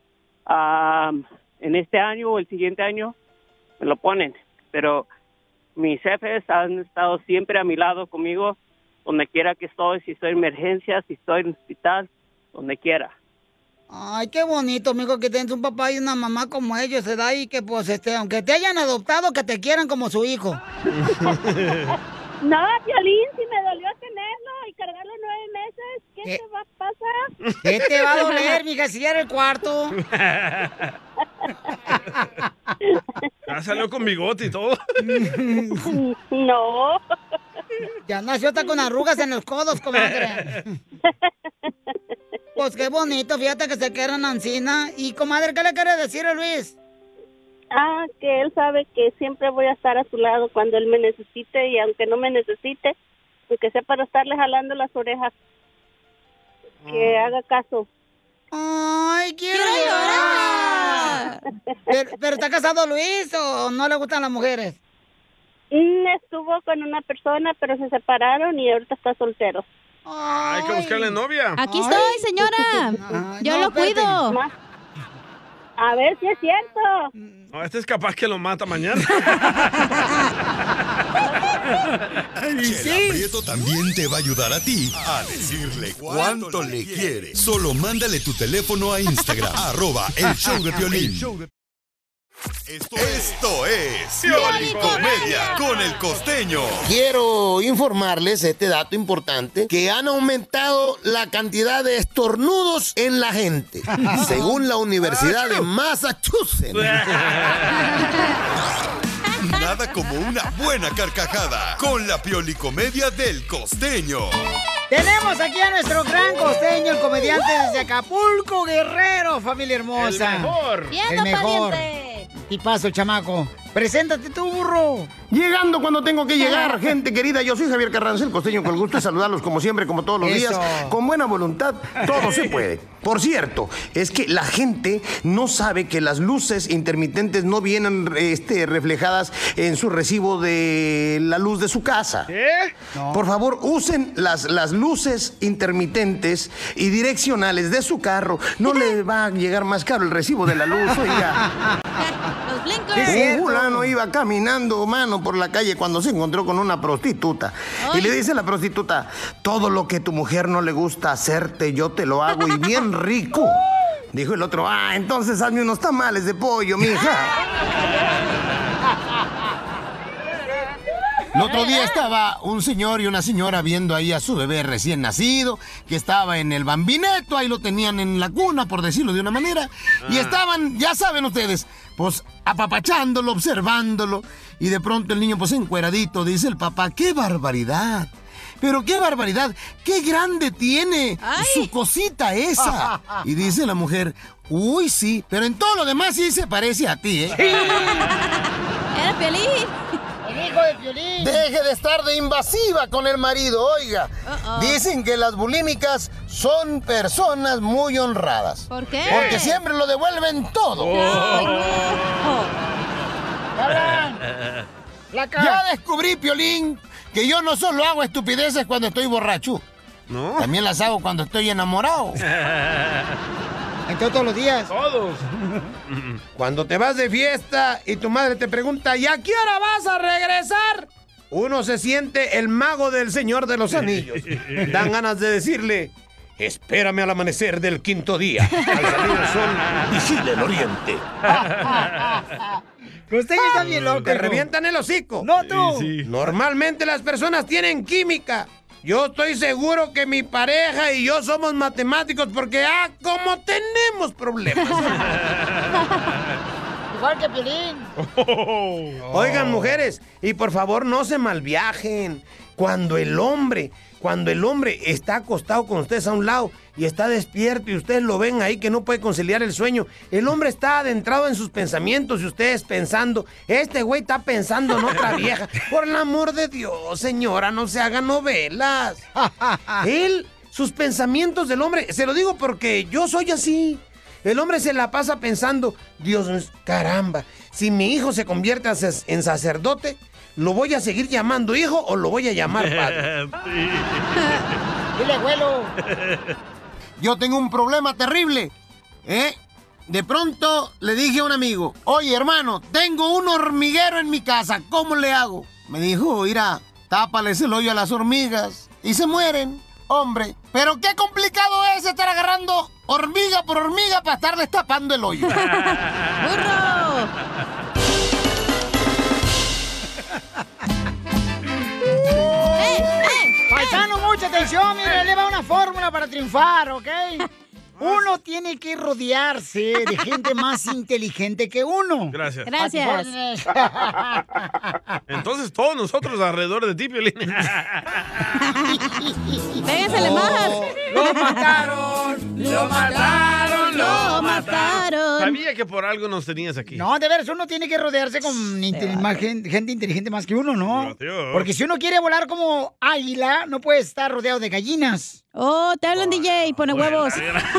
En este año o el siguiente año me lo ponen. Pero mis jefes han estado siempre a mi lado conmigo. Donde quiera que estoy, si estoy en emergencia, si estoy en el hospital, donde quiera.
Ay, qué bonito, mijo, que tienes un papá y una mamá como ellos, ¿verdad? Y que, pues, aunque te hayan adoptado, que te quieran como su hijo.
No, Piolín, si me dolió tenerlo y cargarlo 9 meses, ¿qué te va a pasar?
¿Qué te va a doler, mija, si ya era el cuarto?
Ya salió con bigote y todo.
No.
Ya nació hasta con arrugas en los codos, comadre. Pues qué bonito, fíjate que se quedan ancina. Y, comadre, ¿qué le quiere decir a Luis?
Que él sabe que siempre voy a estar a su lado cuando él me necesite y aunque no me necesite, que sepa no estarle jalando las orejas. Que haga caso.
¡Ay, quiero llorar! ¿Pero está casado Luis o no le gustan las mujeres?
Estuvo con una persona, pero se separaron y ahorita está soltero.
Hay que buscarle novia.
Aquí estoy, señora. Yo lo cuido.
A ver si es cierto.
No, este es capaz que lo mata mañana.
Chela Prieto también te va a ayudar a ti a decirle cuánto le quiere. Solo mándale tu teléfono a Instagram, @elshowdepiolín. Esto es Piolicomedia con el Costeño.
Quiero informarles este dato importante, que han aumentado la cantidad de estornudos en la gente, según la Universidad de Massachusetts.
Nada como una buena carcajada con la Piolicomedia del Costeño.
Tenemos aquí a nuestro gran costeño, el comediante desde Acapulco, Guerrero, familia hermosa.
El mejor.
El mejor. Y paso, el chamaco. Preséntate tú, burro.
Llegando cuando tengo que llegar, gente querida, yo soy Javier Carranza, el costeño, con el gusto de saludarlos como siempre, como todos los días. Con buena voluntad, todo se puede. Por cierto, es que la gente no sabe que las luces intermitentes no vienen reflejadas en su recibo de la luz de su casa.
¿Qué?
No. Por favor, usen las luces intermitentes y direccionales de su carro. No le va a llegar más caro el recibo de la luz, oiga.
Los blinkers.
Un fulano iba caminando, mano, por la calle cuando se encontró con una prostituta.
Ay.
Y le dice a la prostituta: todo lo que tu mujer no le gusta hacerte, yo te lo hago y bien rico. Dijo el otro: entonces hazme unos tamales de pollo, mija. El otro día estaba un señor y una señora viendo ahí a su bebé recién nacido, que estaba en el bambineto, ahí lo tenían en la cuna, por decirlo de una manera, y estaban, ya saben ustedes, pues apapachándolo, observándolo, y de pronto el niño pues encueradito, dice el papá: ¡qué barbaridad! Pero qué barbaridad, qué grande tiene su cosita esa. Y dice la mujer: uy, sí, pero en todo lo demás sí se parece a ti, ¿eh?
Era Piolín.
El hijo de Piolín.
Deje de estar de invasiva con el marido, oiga. Dicen que las bulímicas son personas muy honradas.
¿Por qué?
Porque siempre lo devuelven todo. Ya descubrí, Piolín, que yo no solo hago estupideces cuando estoy borracho.
¿No?
También las hago cuando estoy enamorado.
Entonces todos los días.
Todos.
Cuando te vas de fiesta y tu madre te pregunta: ¿y a qué hora vas a regresar? Uno se siente el mago del Señor de los Anillos. Dan ganas de decirle: espérame al amanecer del quinto día. Al salir el sol, vigila el oriente.
Costeño está bien loco.
Te revientan el hocico.
No tú.
Sí.
Normalmente las personas tienen química. Yo estoy seguro que mi pareja y yo somos matemáticos porque, como tenemos problemas.
Igual que Piolín.
Oigan, mujeres, y por favor no se malviajen. Cuando el hombre está acostado con ustedes a un lado y está despierto y ustedes lo ven ahí que no puede conciliar el sueño, el hombre está adentrado en sus pensamientos y ustedes pensando: este güey está pensando en otra vieja. Por el amor de Dios, señora, no se hagan novelas. Sus pensamientos del hombre, se lo digo porque yo soy así. El hombre se la pasa pensando: Dios, caramba, si mi hijo se convierte en sacerdote, ¿lo voy a seguir llamando hijo o lo voy a llamar padre?
Dile, abuelo.
Yo tengo un problema terrible, De pronto le dije a un amigo: oye, hermano, tengo un hormiguero en mi casa, ¿cómo le hago? Me dijo: mira, tápales el hoyo a las hormigas y se mueren. Hombre, pero qué complicado es estar agarrando hormiga por hormiga para estarles tapando el hoyo.
¡Burro!
Paisano, mucha atención, mire, le va una fórmula para triunfar, ¿ok? Uno tiene que rodearse de gente más inteligente que uno.
Gracias.
Gracias.
Entonces todos nosotros alrededor de ti, Piolín.
Pégasele más.
Lo mataron, lo mataron,
lo mataron.
Sabía que por algo nos tenías aquí.
No, de veras, uno tiene que rodearse con gente inteligente más que uno, ¿no? Porque si uno quiere volar como águila, no puede estar rodeado de gallinas.
Oh, te hablan, DJ, pone huevos.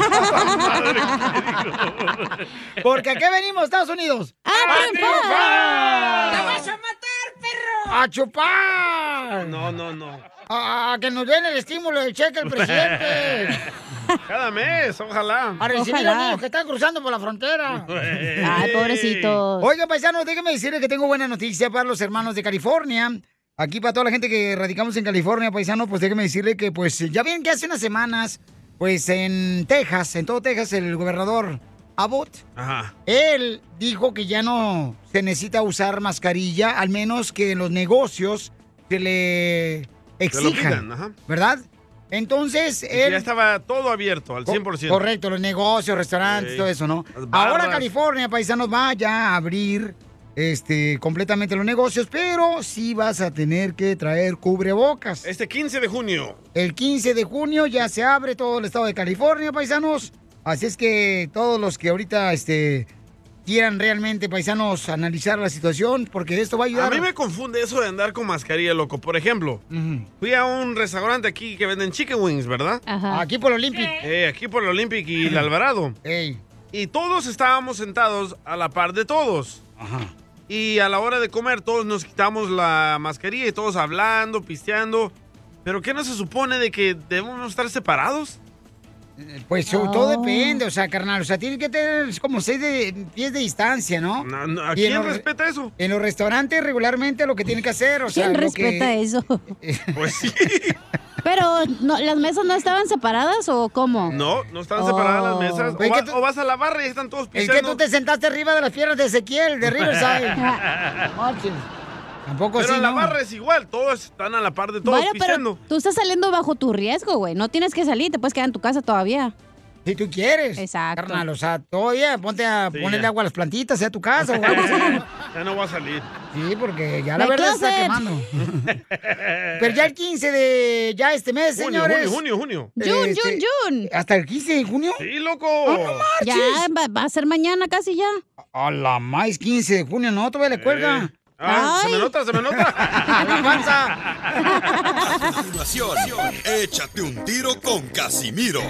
Porque aquí venimos, Estados Unidos.
¡A triunfar!
¡La vas a matar, perro! ¡A chupar!
No.
A que nos den el estímulo del cheque el presidente.
Cada mes, ojalá.
A recibir a los niños que están cruzando por la frontera.
Ay, pobrecitos.
Oiga, paisanos, déjenme decirles que tengo buena noticia para los hermanos de California. Aquí para toda la gente que radicamos en California, paisanos, pues déjenme decirle que pues ya ven que hace unas semanas, pues en Texas, en todo Texas, el gobernador Abbott, él dijo que ya no se necesita usar mascarilla, al menos que en los negocios se le exijan, ¿verdad? Entonces, él...
Ya estaba todo abierto, al 100%.
Correcto, los negocios, restaurantes, todo eso, ¿no? Ahora California, paisanos, va ya a abrir completamente los negocios, pero sí vas a tener que traer cubrebocas.
Este 15 de junio.
El 15 de junio ya se abre todo el estado de California, paisanos. Así es que todos los que ahorita quieran realmente, paisanos, analizar la situación, porque esto va a ayudar.
A mí me confunde eso de andar con mascarilla, loco. Por ejemplo, fui a un restaurante aquí que venden chicken wings, ¿verdad?
Ajá. Aquí por el Olympic.
Aquí por el Olympic y el Alvarado. Y todos estábamos sentados a la par de todos.
Ajá.
Y a la hora de comer todos nos quitamos la mascarilla y todos hablando, pisteando. ¿Pero qué no se supone de que debemos estar separados?
Pues todo depende, o sea, carnal, o sea, tiene que tener como 6 pies de distancia, ¿no?
¿A quién respeta eso?
En los restaurantes regularmente lo que tiene que hacer, o sea...
¿Quién respeta eso?
Pues sí.
Pero, ¿las mesas no estaban separadas o cómo?
No están separadas las mesas. O vas a la barra y están todos pisteando.
Es que tú te sentaste arriba de las piernas de Ezequiel, de Riverside. Tampoco
pero
así,
en la
¿no?
barra es igual, todos están a la par de todos pisteando.
Pero tú estás saliendo bajo tu riesgo, güey. No tienes que salir, te puedes quedar en tu casa todavía.
Si tú quieres.
Exacto.
Carnal, o sea, todavía ponte a ponerle agua a las plantitas, sea tu casa o algo así.
Ya no va a salir.
Sí, porque ya la verdad está quemando. Pero ya el 15 de este mes, señores.
Junio.
June.
¿Hasta el 15 de junio?
Sí, loco.
¡No marches!
Ya, va a ser mañana casi ya.
A la más 15 de junio, no, todavía le cuelga.
Se me nota.
¡La panza!
A continuación, échate un tiro con Casimiro.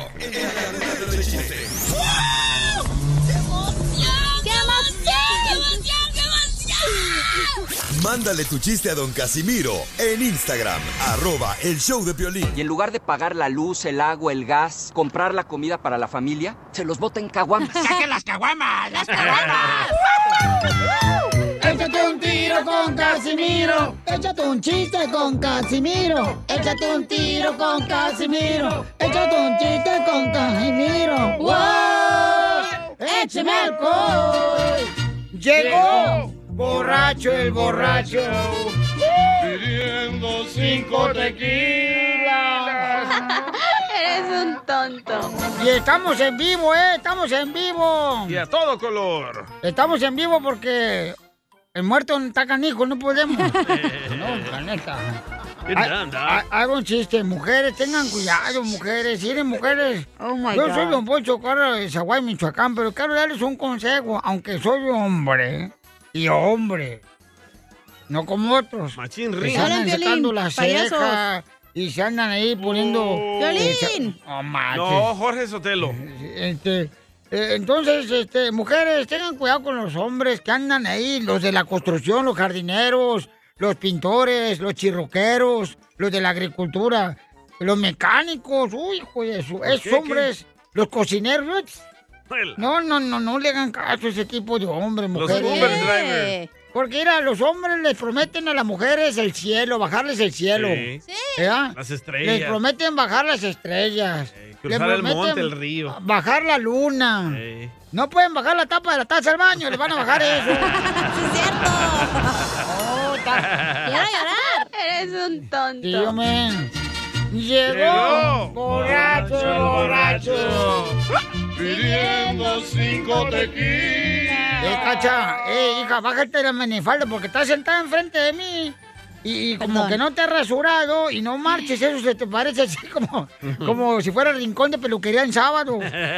Mándale tu chiste a don Casimiro en Instagram, @el show de Piolín.
Y en lugar de pagar la luz, el agua, el gas, comprar la comida para la familia, se los bota en caguamas.
¡Saquen las caguamas! ¡Las caguamas!
Échate un tiro con Casimiro. Échate un chiste con Casimiro. Échate un tiro con Casimiro. Échate un chiste con Casimiro. ¡Wow! ¡Échame alcohol! Llegó borracho el borracho, pidiendo 5 tequilas.
Eres un tonto.
Y estamos en vivo, estamos en vivo.
Y a todo color.
Estamos en vivo porque el muerto está canijo, no podemos. No, la neta. Hago un chiste, mujeres, tengan cuidado, mujeres, miren, mujeres. Yo soy Don Poncho Carlos de Zaguay, Michoacán, pero quiero darles un consejo, aunque soy hombre, y hombre, no como otros.
Machín
que
ring.
se andan secando las cejas y se andan ahí poniendo...
¡Violín!
No, Jorge Sotelo.
Entonces, mujeres, tengan cuidado con los hombres que andan ahí, los de la construcción, los jardineros, los pintores, los chirroqueros, los de la agricultura, los mecánicos, uy, hijo de su... Esos hombres, los cocineros, no le hagan caso a ese tipo de hombres, mujeres.
Los Uber drivers.
Porque, mira, los hombres les prometen a las mujeres el cielo, bajarles el cielo.
Sí.
¿Verdad?
Las estrellas.
Les prometen bajar las estrellas.
Cruzar el monte, el río.
Bajar la luna. No pueden bajar la tapa de la taza del baño, les van a bajar eso.
¡Sí es cierto!
¡Quiero llorar! Eres un tonto.
Sí, hombre. Llegó borracho,
pidiendo 5 tequilas.
Cacha, hija, bájate la minifalda porque estás sentada enfrente de mí. y como que no te has rasurado y no marches, eso se te parece así como si fuera el rincón de peluquería en sábado.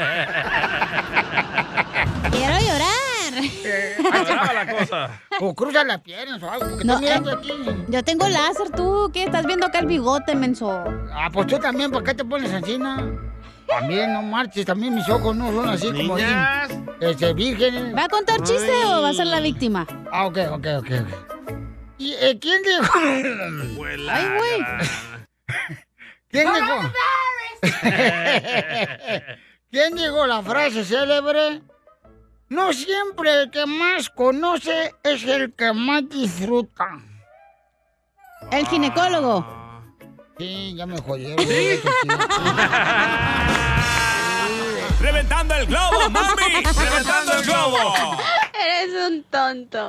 Quiero llorar.
Acaba la cosa.
O cruza las piernas o algo, porque
No,
estoy mirando aquí.
Yo tengo láser, tú. ¿Qué? Estás viendo acá el bigote, menso.
Ah, pues tú también, ¿por qué te pones encina? También, no marches, también mis ojos no son así como
Niñas.
dicen, vírgenes.
¿Va a contar chiste o va a ser la víctima?
Ah, ok. ¿Y quién dijo?
Ay, güey.
¿Quién dijo? ¿Quién dijo la frase célebre? No siempre el que más conoce es el que más disfruta.
El ginecólogo.
Sí, ya me jodieron.
¡Reventando el globo, mami! ¡Reventando el globo!
Eres un tonto.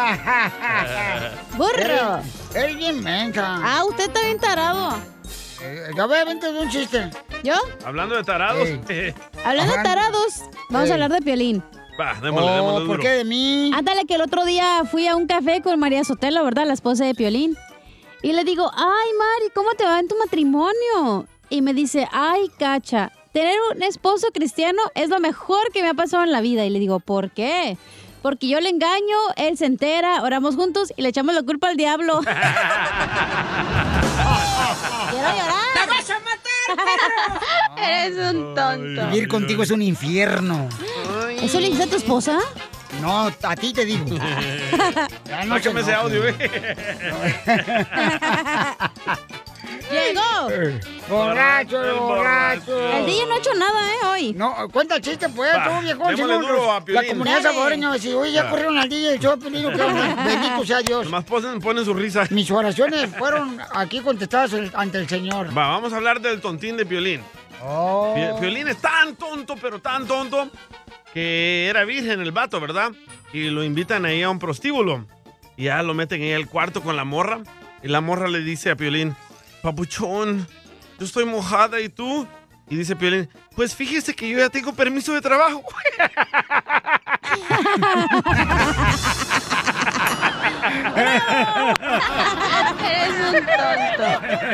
¡Burro!
Es bien mensa.
Ah, usted está bien tarado.
Ya voy a aventar un chiste.
¿Yo?
Hablando de tarados.
Hablando de tarados, vamos a hablar de Piolín.
Va, démosle duro.
¿Por qué de mí?
Ándale, que el otro día fui a un café con María Sotelo, ¿verdad? La esposa de Piolín. Y le digo, ay, Mari, ¿cómo te va en tu matrimonio? Y me dice, ay, Cacha, tener un esposo cristiano es lo mejor que me ha pasado en la vida. Y le digo, ¿por qué? Porque yo le engaño, él se entera, oramos juntos y le echamos la culpa al diablo. ¡Quiero llorar!
¡Te vas a matar, perro!
Eres un tonto.
Vivir contigo es un infierno.
¿Eso le dice a tu esposa?
No, a ti te digo. Ya no
Sácame ese audio,
¡Llegó!
Borracho.
El DJ no ha hecho nada, hoy.
No, cuenta el chiste, pues,
Va,
todo viejón.
démosle
según
duro a
la
Piolín.
comunidad
Dale.
salvadoreña va a decir, oye, ya
Va.
corrieron al DJ, el show de Piolín, ¿qué onda? Bendito sea Dios.
Nomás ponen su risa.
Mis oraciones fueron aquí contestadas ante el Señor.
Va, vamos a hablar del tontín de Piolín.
Oh.
Piolín es tan tonto, pero tan tonto, que era virgen el vato, ¿verdad? Y lo invitan ahí a un prostíbulo. Y ya lo meten ahí al cuarto con la morra. Y la morra le dice a Piolín, papuchón, yo estoy mojada, ¿y tú? Y dice Piolín, pues fíjese que yo ya tengo permiso de trabajo.
Eres un tonto.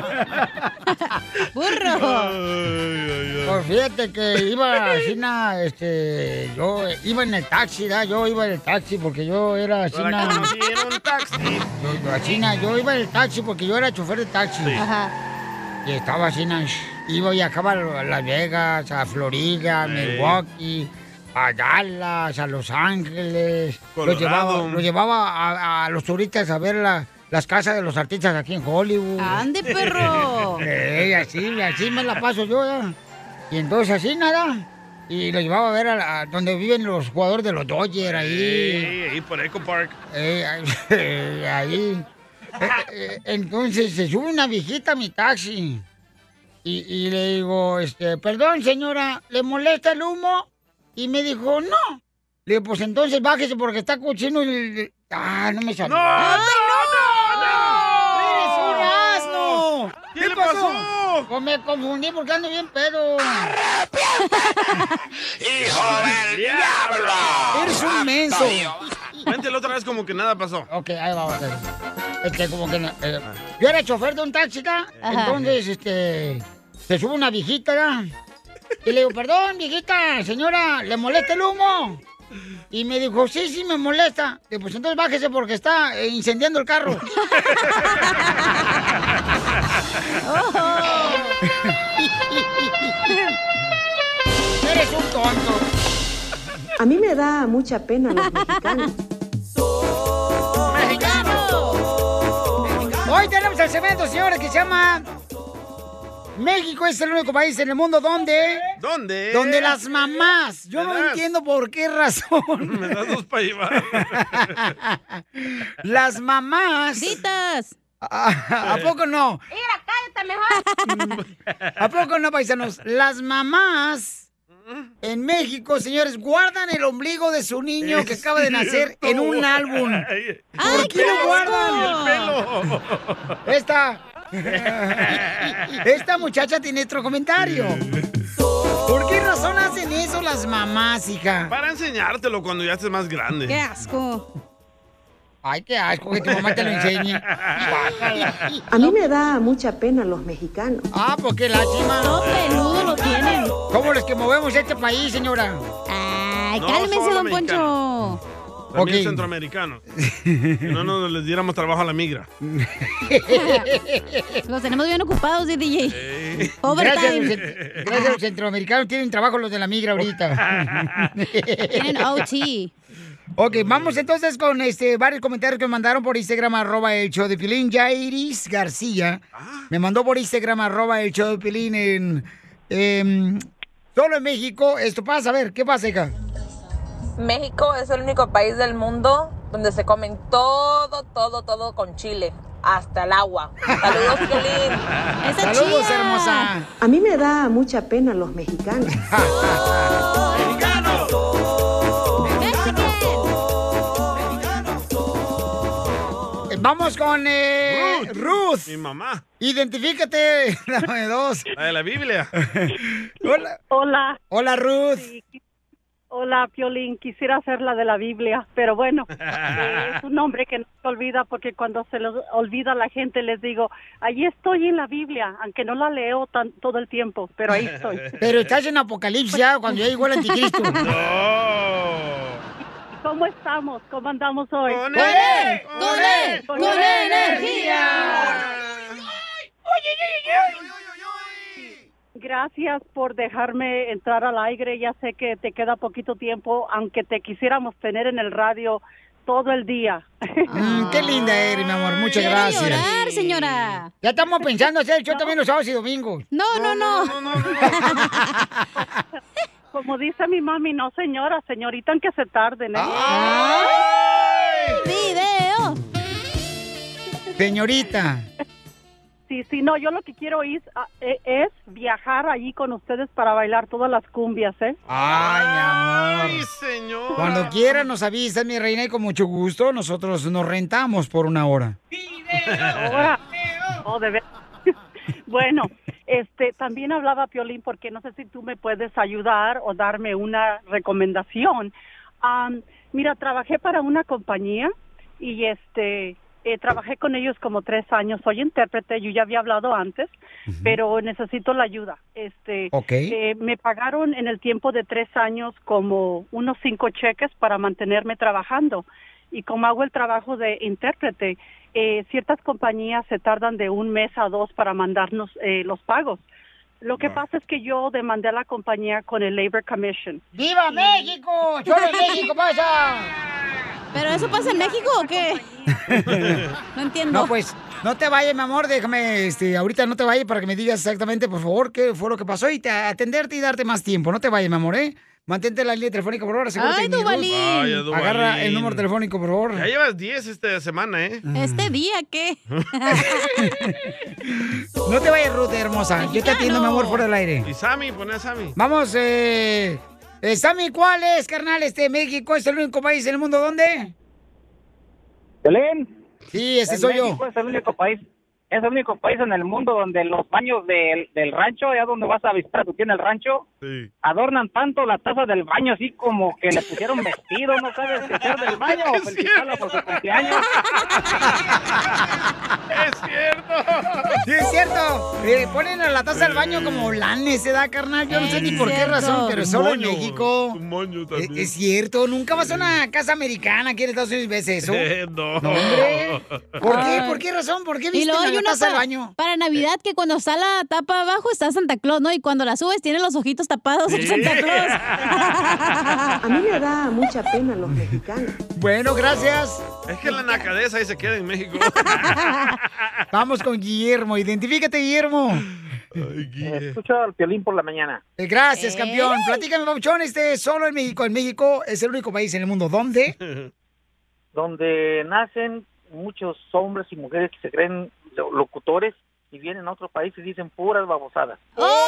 ¡Burro!
Pues fíjate que iba así, yo iba en el taxi, ¿verdad? Yo iba en el taxi porque yo era así,
Para que conocí en un taxi.
yo iba en el taxi porque yo era chofer de taxi.
Sí.
Ajá.
Y estaba así, iba y viajaba a Las Vegas, a Florida, a Milwaukee, a Dallas, a Los Ángeles.
Colorado.
Lo llevaba a los turistas a ver las casas de los artistas aquí en Hollywood.
¡Ande, perro!
Así me la paso yo, ¿ya? Y entonces así nada. Y lo llevaba a ver a donde viven los jugadores de los Dodgers, ahí.
Ahí por Echo Park.
Ahí. Entonces se sube una viejita a mi taxi. Y le digo, perdón, señora, ¿le molesta el humo? Y me dijo, no. Le digo, pues entonces bájese porque está cochino el... Ah, no me salió.
¡No!
¡Ay,
¡No!
¡Eres un asno!
¿Qué le pasó?
Pues me confundí porque ando bien pedo.
¡Hijo del diablo!
Eres un menso.
Cuéntelo otra vez como que nada pasó.
Ok, ahí va. Como que... yo era chofer de un taxi, ¿verdad?
Ajá.
Entonces, se sube una viejita, ¿verdad? Y le digo, perdón, viejita, señora, ¿le molesta el humo? Y me dijo, sí, me molesta. Le digo, pues entonces bájese porque está incendiando el carro. Eres un tonto.
A mí me da mucha pena los mexicanos.
¡Mexicano! Hoy tenemos el segmento, señores, que se llama... México es el único país en el mundo donde...
¿Dónde?
Donde las mamás... Yo no entiendo por qué razón.
Me das dos para llevar.
Las mamás...
¡Ditas!
¿A poco no?
Mira, cállate mejor.
¿A poco no, paisanos? Las mamás en México, señores, guardan el ombligo de su niño que acaba de nacer en un álbum. ¿Por qué lo guardan? Esta muchacha tiene otro comentario. ¿Por qué razón hacen eso las mamás, hija?
Para enseñártelo cuando ya estés más grande.
¡Qué asco!
Ay, qué asco que tu mamá te lo enseñe.
A mí me da mucha pena los mexicanos.
Ah, pues qué lástima.
Todo peludo lo tienen.
¿Cómo los que movemos este país, señora?
Ay,
No,
cálmese,
solo
don
mexicano.
Poncho.
También
Ok.
centroamericanos. Que no les diéramos trabajo a la migra.
Los tenemos bien ocupados, DJ.
Gracias,
Overtime.
gracias a los centroamericanos. Tienen trabajo los de la migra ahorita.
Tienen OT.
Ok, vamos entonces con varios comentarios que me mandaron por Instagram, @el show de Piolín. Jairis García me mandó por Instagram, @el show de Piolín solo en México. Esto pasa, a ver, ¿qué pasa, hija?
México es el único país del mundo donde se comen todo con chile, hasta el agua. Saludos, Piolín.
Saludos, hermosa.
A mí me da mucha pena los mexicanos.
Vamos con Ruth.
Mi mamá.
Identifícate, dame dos.
La de la Biblia.
Hola.
Hola.
Hola, Ruth.
Sí. Hola, Piolín. Quisiera hacer la de la Biblia, pero bueno, es un nombre que no se olvida porque cuando se los olvida a la gente les digo, ahí estoy en la Biblia, aunque no la leo todo el tiempo, pero ahí estoy.
Pero estás en Apocalipsis ya, cuando ya llegó el anticristo.
¿Cómo estamos? ¿Cómo andamos hoy?
¡Con él! ¡Con
energía! Gracias por dejarme entrar al aire. Ya sé que te queda poquito tiempo, aunque te quisiéramos tener en el radio todo el día.
Qué linda eres, mi amor. Muchas gracias.
Quiero llorar, señora.
Ya estamos pensando hacer el show también los sábados y domingos.
No.
Como dice mi mami, no señora, señorita, en que se tarden, ¿eh?
¡Video!
Señorita.
Sí, no, yo lo que quiero es viajar allí con ustedes para bailar todas las cumbias, ¿eh?
Ay, mi amor.
Ay, señor.
Cuando quiera nos avisas, mi reina, y con mucho gusto nosotros nos rentamos por una hora.
Ahora, de verdad. Bueno, también hablaba Piolín porque no sé si tú me puedes ayudar o darme una recomendación. Mira, trabajé para una compañía y trabajé con ellos como 3 años. Soy intérprete, yo ya había hablado antes, pero necesito la ayuda. Me pagaron en el tiempo de 3 años como unos 5 cheques para mantenerme trabajando. Y como hago el trabajo de intérprete, ciertas compañías se tardan de 1 mes a 2 para mandarnos los pagos. Lo que pasa es que yo demandé a la compañía con el Labor Commission.
¡Viva México! ¡Solo en México pasa!
¿Pero eso pasa en México o qué? No entiendo.
No, pues, no te vayas, mi amor, déjame, ahorita no te vayas para que me digas exactamente, por favor, qué fue lo que pasó y atenderte y darte más tiempo. No te vayas, mi amor, ¿eh? Mantente la línea telefónica, por favor.
¡Ay, Duvalín!
Agarra el número telefónico, por favor.
Ya llevas 10 esta semana, ¿eh?
¿Este día qué?
No te vayas, Ruth, hermosa. Yo te atiendo, mi amor, fuera del aire.
Y Sammy, poné a Sammy.
Vamos, Sammy, ¿cuál es, carnal? México es el único país en el mundo, ¿dónde?
¿Belén?
Sí, ese soy
México
yo.
Es el único país. Es el único país en el mundo donde los baños del rancho, allá donde vas a visitar tu tía en el rancho, adornan tanto la taza del baño, así como que le pusieron vestido, no sabes qué hacer del baño, o felicitarla por su cumpleaños.
¡Es cierto!
Sí, es cierto. Ponen a la taza del baño como lanes, ¿se da, carnal? Yo no sé ni por qué razón, pero solo en México.
Un moño también.
Es cierto, nunca vas a una casa americana aquí en Estados Unidos y ves eso.
No.
No, hombre. ¿Por qué? ¿Por qué razón? ¿Por qué
Y
viste
luego hay
la
una
taza del baño?
para Navidad que cuando está la tapa abajo está Santa Claus, ¿no? Y cuando la subes tiene los ojitos tapados el Santa Claus.
A mí me da mucha pena los mexicanos.
Bueno, gracias.
Es que la nacadeza ahí se queda en México.
Vamos con Guillermo. Identifícate, Guillermo.
Escucho al Piolín por la mañana.
Gracias, campeón. Platícame, Pabuchón, solo en México. En México es el único país en el mundo. ¿Dónde?
Donde nacen muchos hombres y mujeres que se creen locutores y vienen a otro país y dicen puras babosadas.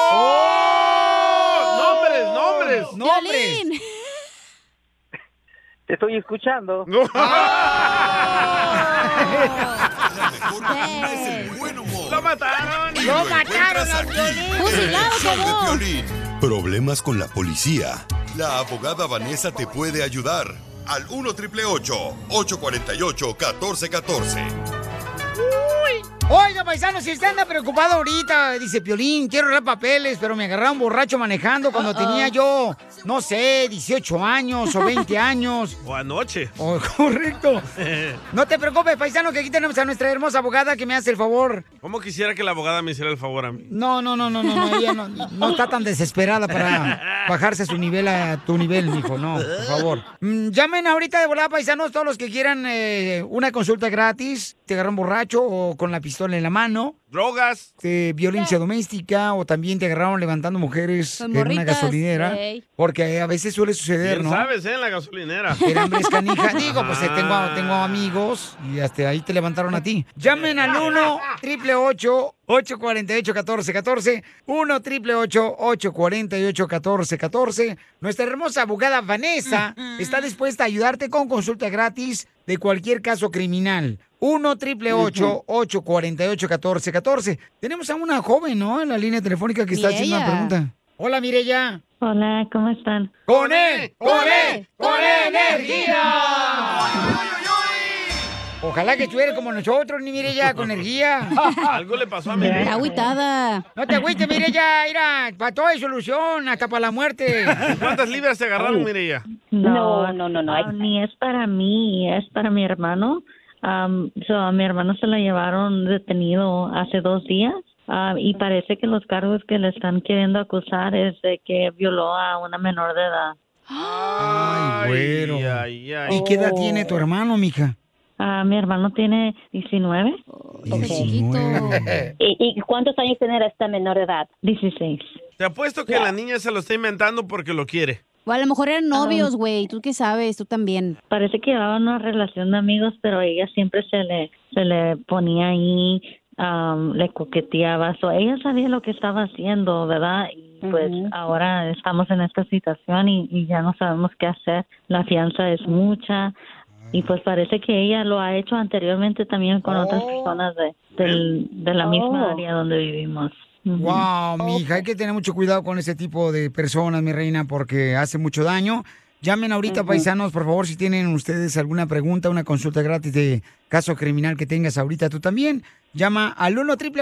¡Nombres!
¡Violín!
Te estoy escuchando.
La mejor vacuna es el buen humor.
¡Lo mataron!
Y lo encuentras aquí, en el show de Piolín. Problemas con la policía. La abogada Vanessa te puede ayudar. al 1-888-848-1414.
Oiga, paisano, si usted anda preocupado ahorita, dice Piolín, quiero arreglar papeles, pero me agarraron borracho manejando cuando tenía yo, no sé, 18 años o 20 años.
O anoche.
Oh, correcto. No te preocupes, paisano, que aquí tenemos a nuestra hermosa abogada que me hace el favor.
¿Cómo quisiera que la abogada me hiciera el favor a mí?
No, ella no está tan desesperada para bajarse a su nivel, a tu nivel, mijo, no, por favor. Llamen ahorita de volada, paisanos, todos los que quieran una consulta gratis, te agarran borracho o con la pistola en la mano.
Drogas.
Violencia doméstica o también te agarraron levantando mujeres
Con
en una
morritas,
gasolinera.
ey.
Porque a veces suele suceder,
Bien
¿no?
sabes, en la gasolinera.
El hambre es canija. Digo, pues tengo amigos y hasta ahí te levantaron a ti. Llamen al 1-888-848-1414. 1-888-848-1414. Nuestra hermosa abogada Vanessa está dispuesta a ayudarte con consulta gratis de cualquier caso criminal. 1-888-848-1414. Tenemos a una joven, ¿no? En la línea telefónica que está haciendo una pregunta. Hola, Mireya.
Hola, ¿cómo están?
¡Con energía! Ojalá que estuviera como nosotros, ni Mireya, con energía.
Algo le pasó a Mireya.
Está agüitada. No te agüites, Mireya, mira, para todo hay solución, hasta para la muerte.
¿Cuántas libras te agarraron, Mireya?
No. Ni es para mí, es para mi hermano. A mi hermano se lo llevaron detenido hace 2 días. Y parece que los cargos que le están queriendo acusar es de que violó a una menor de edad.
Ay, güero. ¿Y qué edad tiene tu hermano, mija?
Mi hermano tiene 19.
¿Y cuántos años tiene esta menor de edad?
16.
Te apuesto que la niña se lo está inventando porque lo quiere.
O a lo mejor eran novios, güey. ¿Tú qué sabes? Tú también.
Parece que llevaban una relación de amigos, pero ella siempre se le ponía ahí, le coqueteaba. Ella sabía lo que estaba haciendo, ¿verdad? Y pues ahora estamos en esta situación y ya no sabemos qué hacer. La fianza es mucha. Y pues parece que ella lo ha hecho anteriormente también con otras personas de la misma área donde vivimos.
Wow, mija, hay que tener mucho cuidado con ese tipo de personas, mi reina, porque hace mucho daño. Llamen ahorita, paisanos, por favor, si tienen ustedes alguna pregunta, una consulta gratis de caso criminal que tengas ahorita tú también. Llama al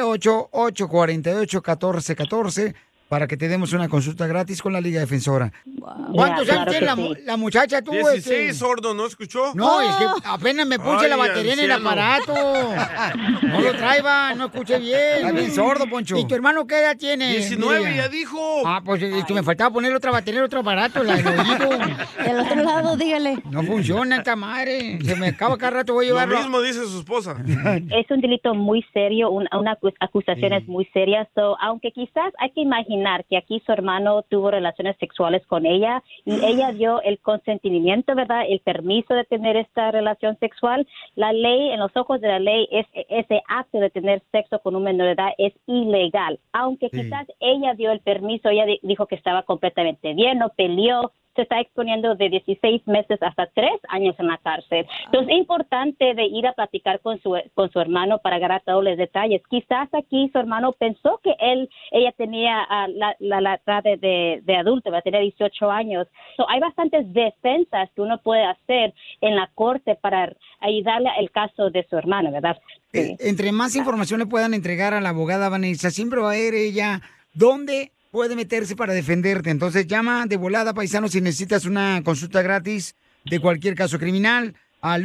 1-888-848-1414 para que te demos una consulta gratis con la Liga Defensora. ¿Cuántos años tiene la muchacha tú?
16, sordo, ¿no escuchó?
No, es que apenas me puse la batería en el
anciano.
aparato. No lo traiga, no escuché bien. Está bien sordo, Poncho. ¿Y tu hermano qué edad tiene?
19,
Miriam?
ya dijo.
Ah, pues me faltaba poner otra batería en otro aparato, la del oído.
Del otro lado, dígale.
No funciona esta madre. Se me acaba cada rato, voy a llevarlo.
Lo mismo dice su esposa.
Es un delito muy serio, una acusación es muy seria. Aunque quizás hay que imaginar que aquí su hermano tuvo relaciones sexuales con ella y ella dio el consentimiento, ¿verdad? El permiso de tener esta relación sexual. La ley, en los ojos de la ley, ese acto de tener sexo con un menor de edad es ilegal. Aunque quizás ella dio el permiso, ella dijo que estaba completamente bien, no peleó. Se está exponiendo de 16 meses hasta 3 años en la cárcel. Entonces, es importante de ir a platicar con su hermano para agarrar todos los detalles. Quizás aquí su hermano pensó que ella tenía la edad de adulto, va a tener 18 años. Hay bastantes defensas que uno puede hacer en la corte para ayudarle al caso de su hermano, ¿verdad? Sí.
Entre más información le puedan entregar a la abogada Vanessa, siempre va a ver ella dónde puede meterse para defenderte. Entonces llama de volada, paisano, si necesitas una consulta gratis de cualquier caso criminal al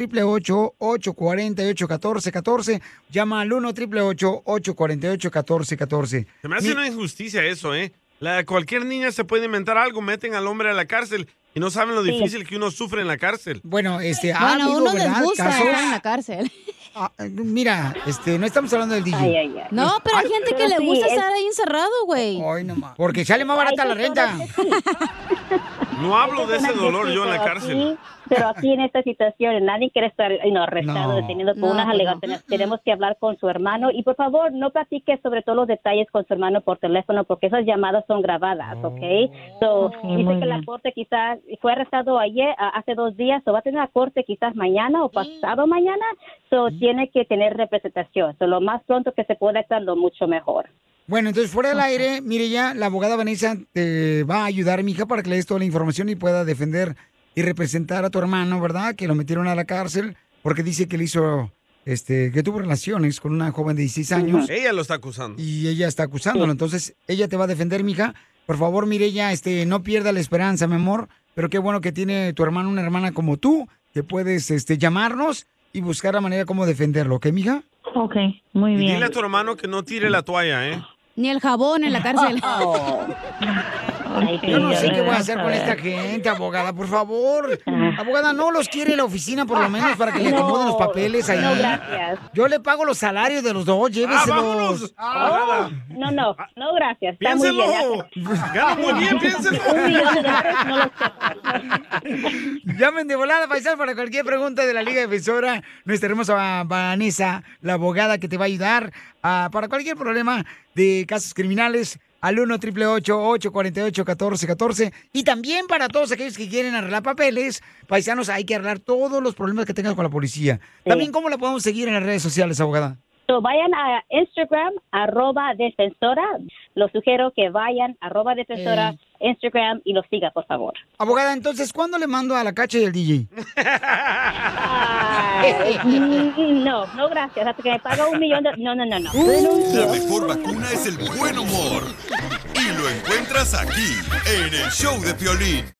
1-888-848-1414. Llama al 1-888-848-1414.
Se me hace una injusticia eso, ¿eh? Cualquier niña se puede inventar algo, meten al hombre a la cárcel y no saben lo difícil que uno sufre en la cárcel.
Bueno,
Bueno, uno les gusta estar en la cárcel.
Mira, no estamos hablando del DJ.
No, pero hay gente que le gusta estar ahí encerrado, güey.
Ay, no más. Porque sale más barata la renta.
No hablo de ese dolor yo en la cárcel.
Pero aquí en esta situación nadie quiere estar arrestado, detenido por unas alegaciones. Tenemos que hablar con su hermano y por favor no platique sobre todos los detalles con su hermano por teléfono porque esas llamadas son grabadas, ¿ok? Dice que la corte quizás fue arrestado hace 2 días o va a tener la corte quizás mañana o pasado mañana, tiene que tener representación. Lo más pronto que se pueda estar, lo mucho mejor.
Bueno, entonces fuera del aire, mire ya, la abogada Vanessa te va a ayudar, mija, para que le des toda la información y pueda defender y representar a tu hermano, ¿verdad? Que lo metieron a la cárcel porque dice que le hizo, que tuvo relaciones con una joven de 16 años.
Ella lo está acusando.
Y ella está acusándolo. Entonces, ella te va a defender, mija. Por favor, Mireya, no pierda la esperanza, mi amor. Pero qué bueno que tiene tu hermano una hermana como tú, que puedes llamarnos y buscar la manera como defenderlo, ¿ok, mija?
Ok, muy
Y
bien.
dile a tu hermano que no tire la toalla, ¿eh?
Ni el jabón en la cárcel.
Yo no sé qué voy a hacer con esta gente, abogada, por favor. Abogada, ¿no los quiere la oficina por lo menos para que le acomoden los papeles ahí?
No, gracias.
Yo le pago los salarios de los dos, lléveselos.
No, gracias. Está muy
Piénselo.
bien.
Gana muy bien, piénselo.
$1 millón no lo
Llamen de volada, paisano, para cualquier pregunta de la Liga Defensora. Nuestra hermosa Vanessa, la abogada que te va a ayudar para cualquier problema de casos criminales al 1-888-848-1414. Y también para todos aquellos que quieren arreglar papeles, paisanos, hay que arreglar todos los problemas que tengas con la policía. También, ¿cómo la podemos seguir en las redes sociales, abogada?
So, vayan a Instagram, @defensora. Los sugiero que vayan, @defensora, Instagram, y los siga, por favor.
Abogada, entonces, ¿cuándo le mando a la Cacha y al DJ?
No, gracias. Hasta que me paga $1 millón de... No.
La mejor vacuna es el buen humor. Y lo encuentras aquí, en el show de Piolín.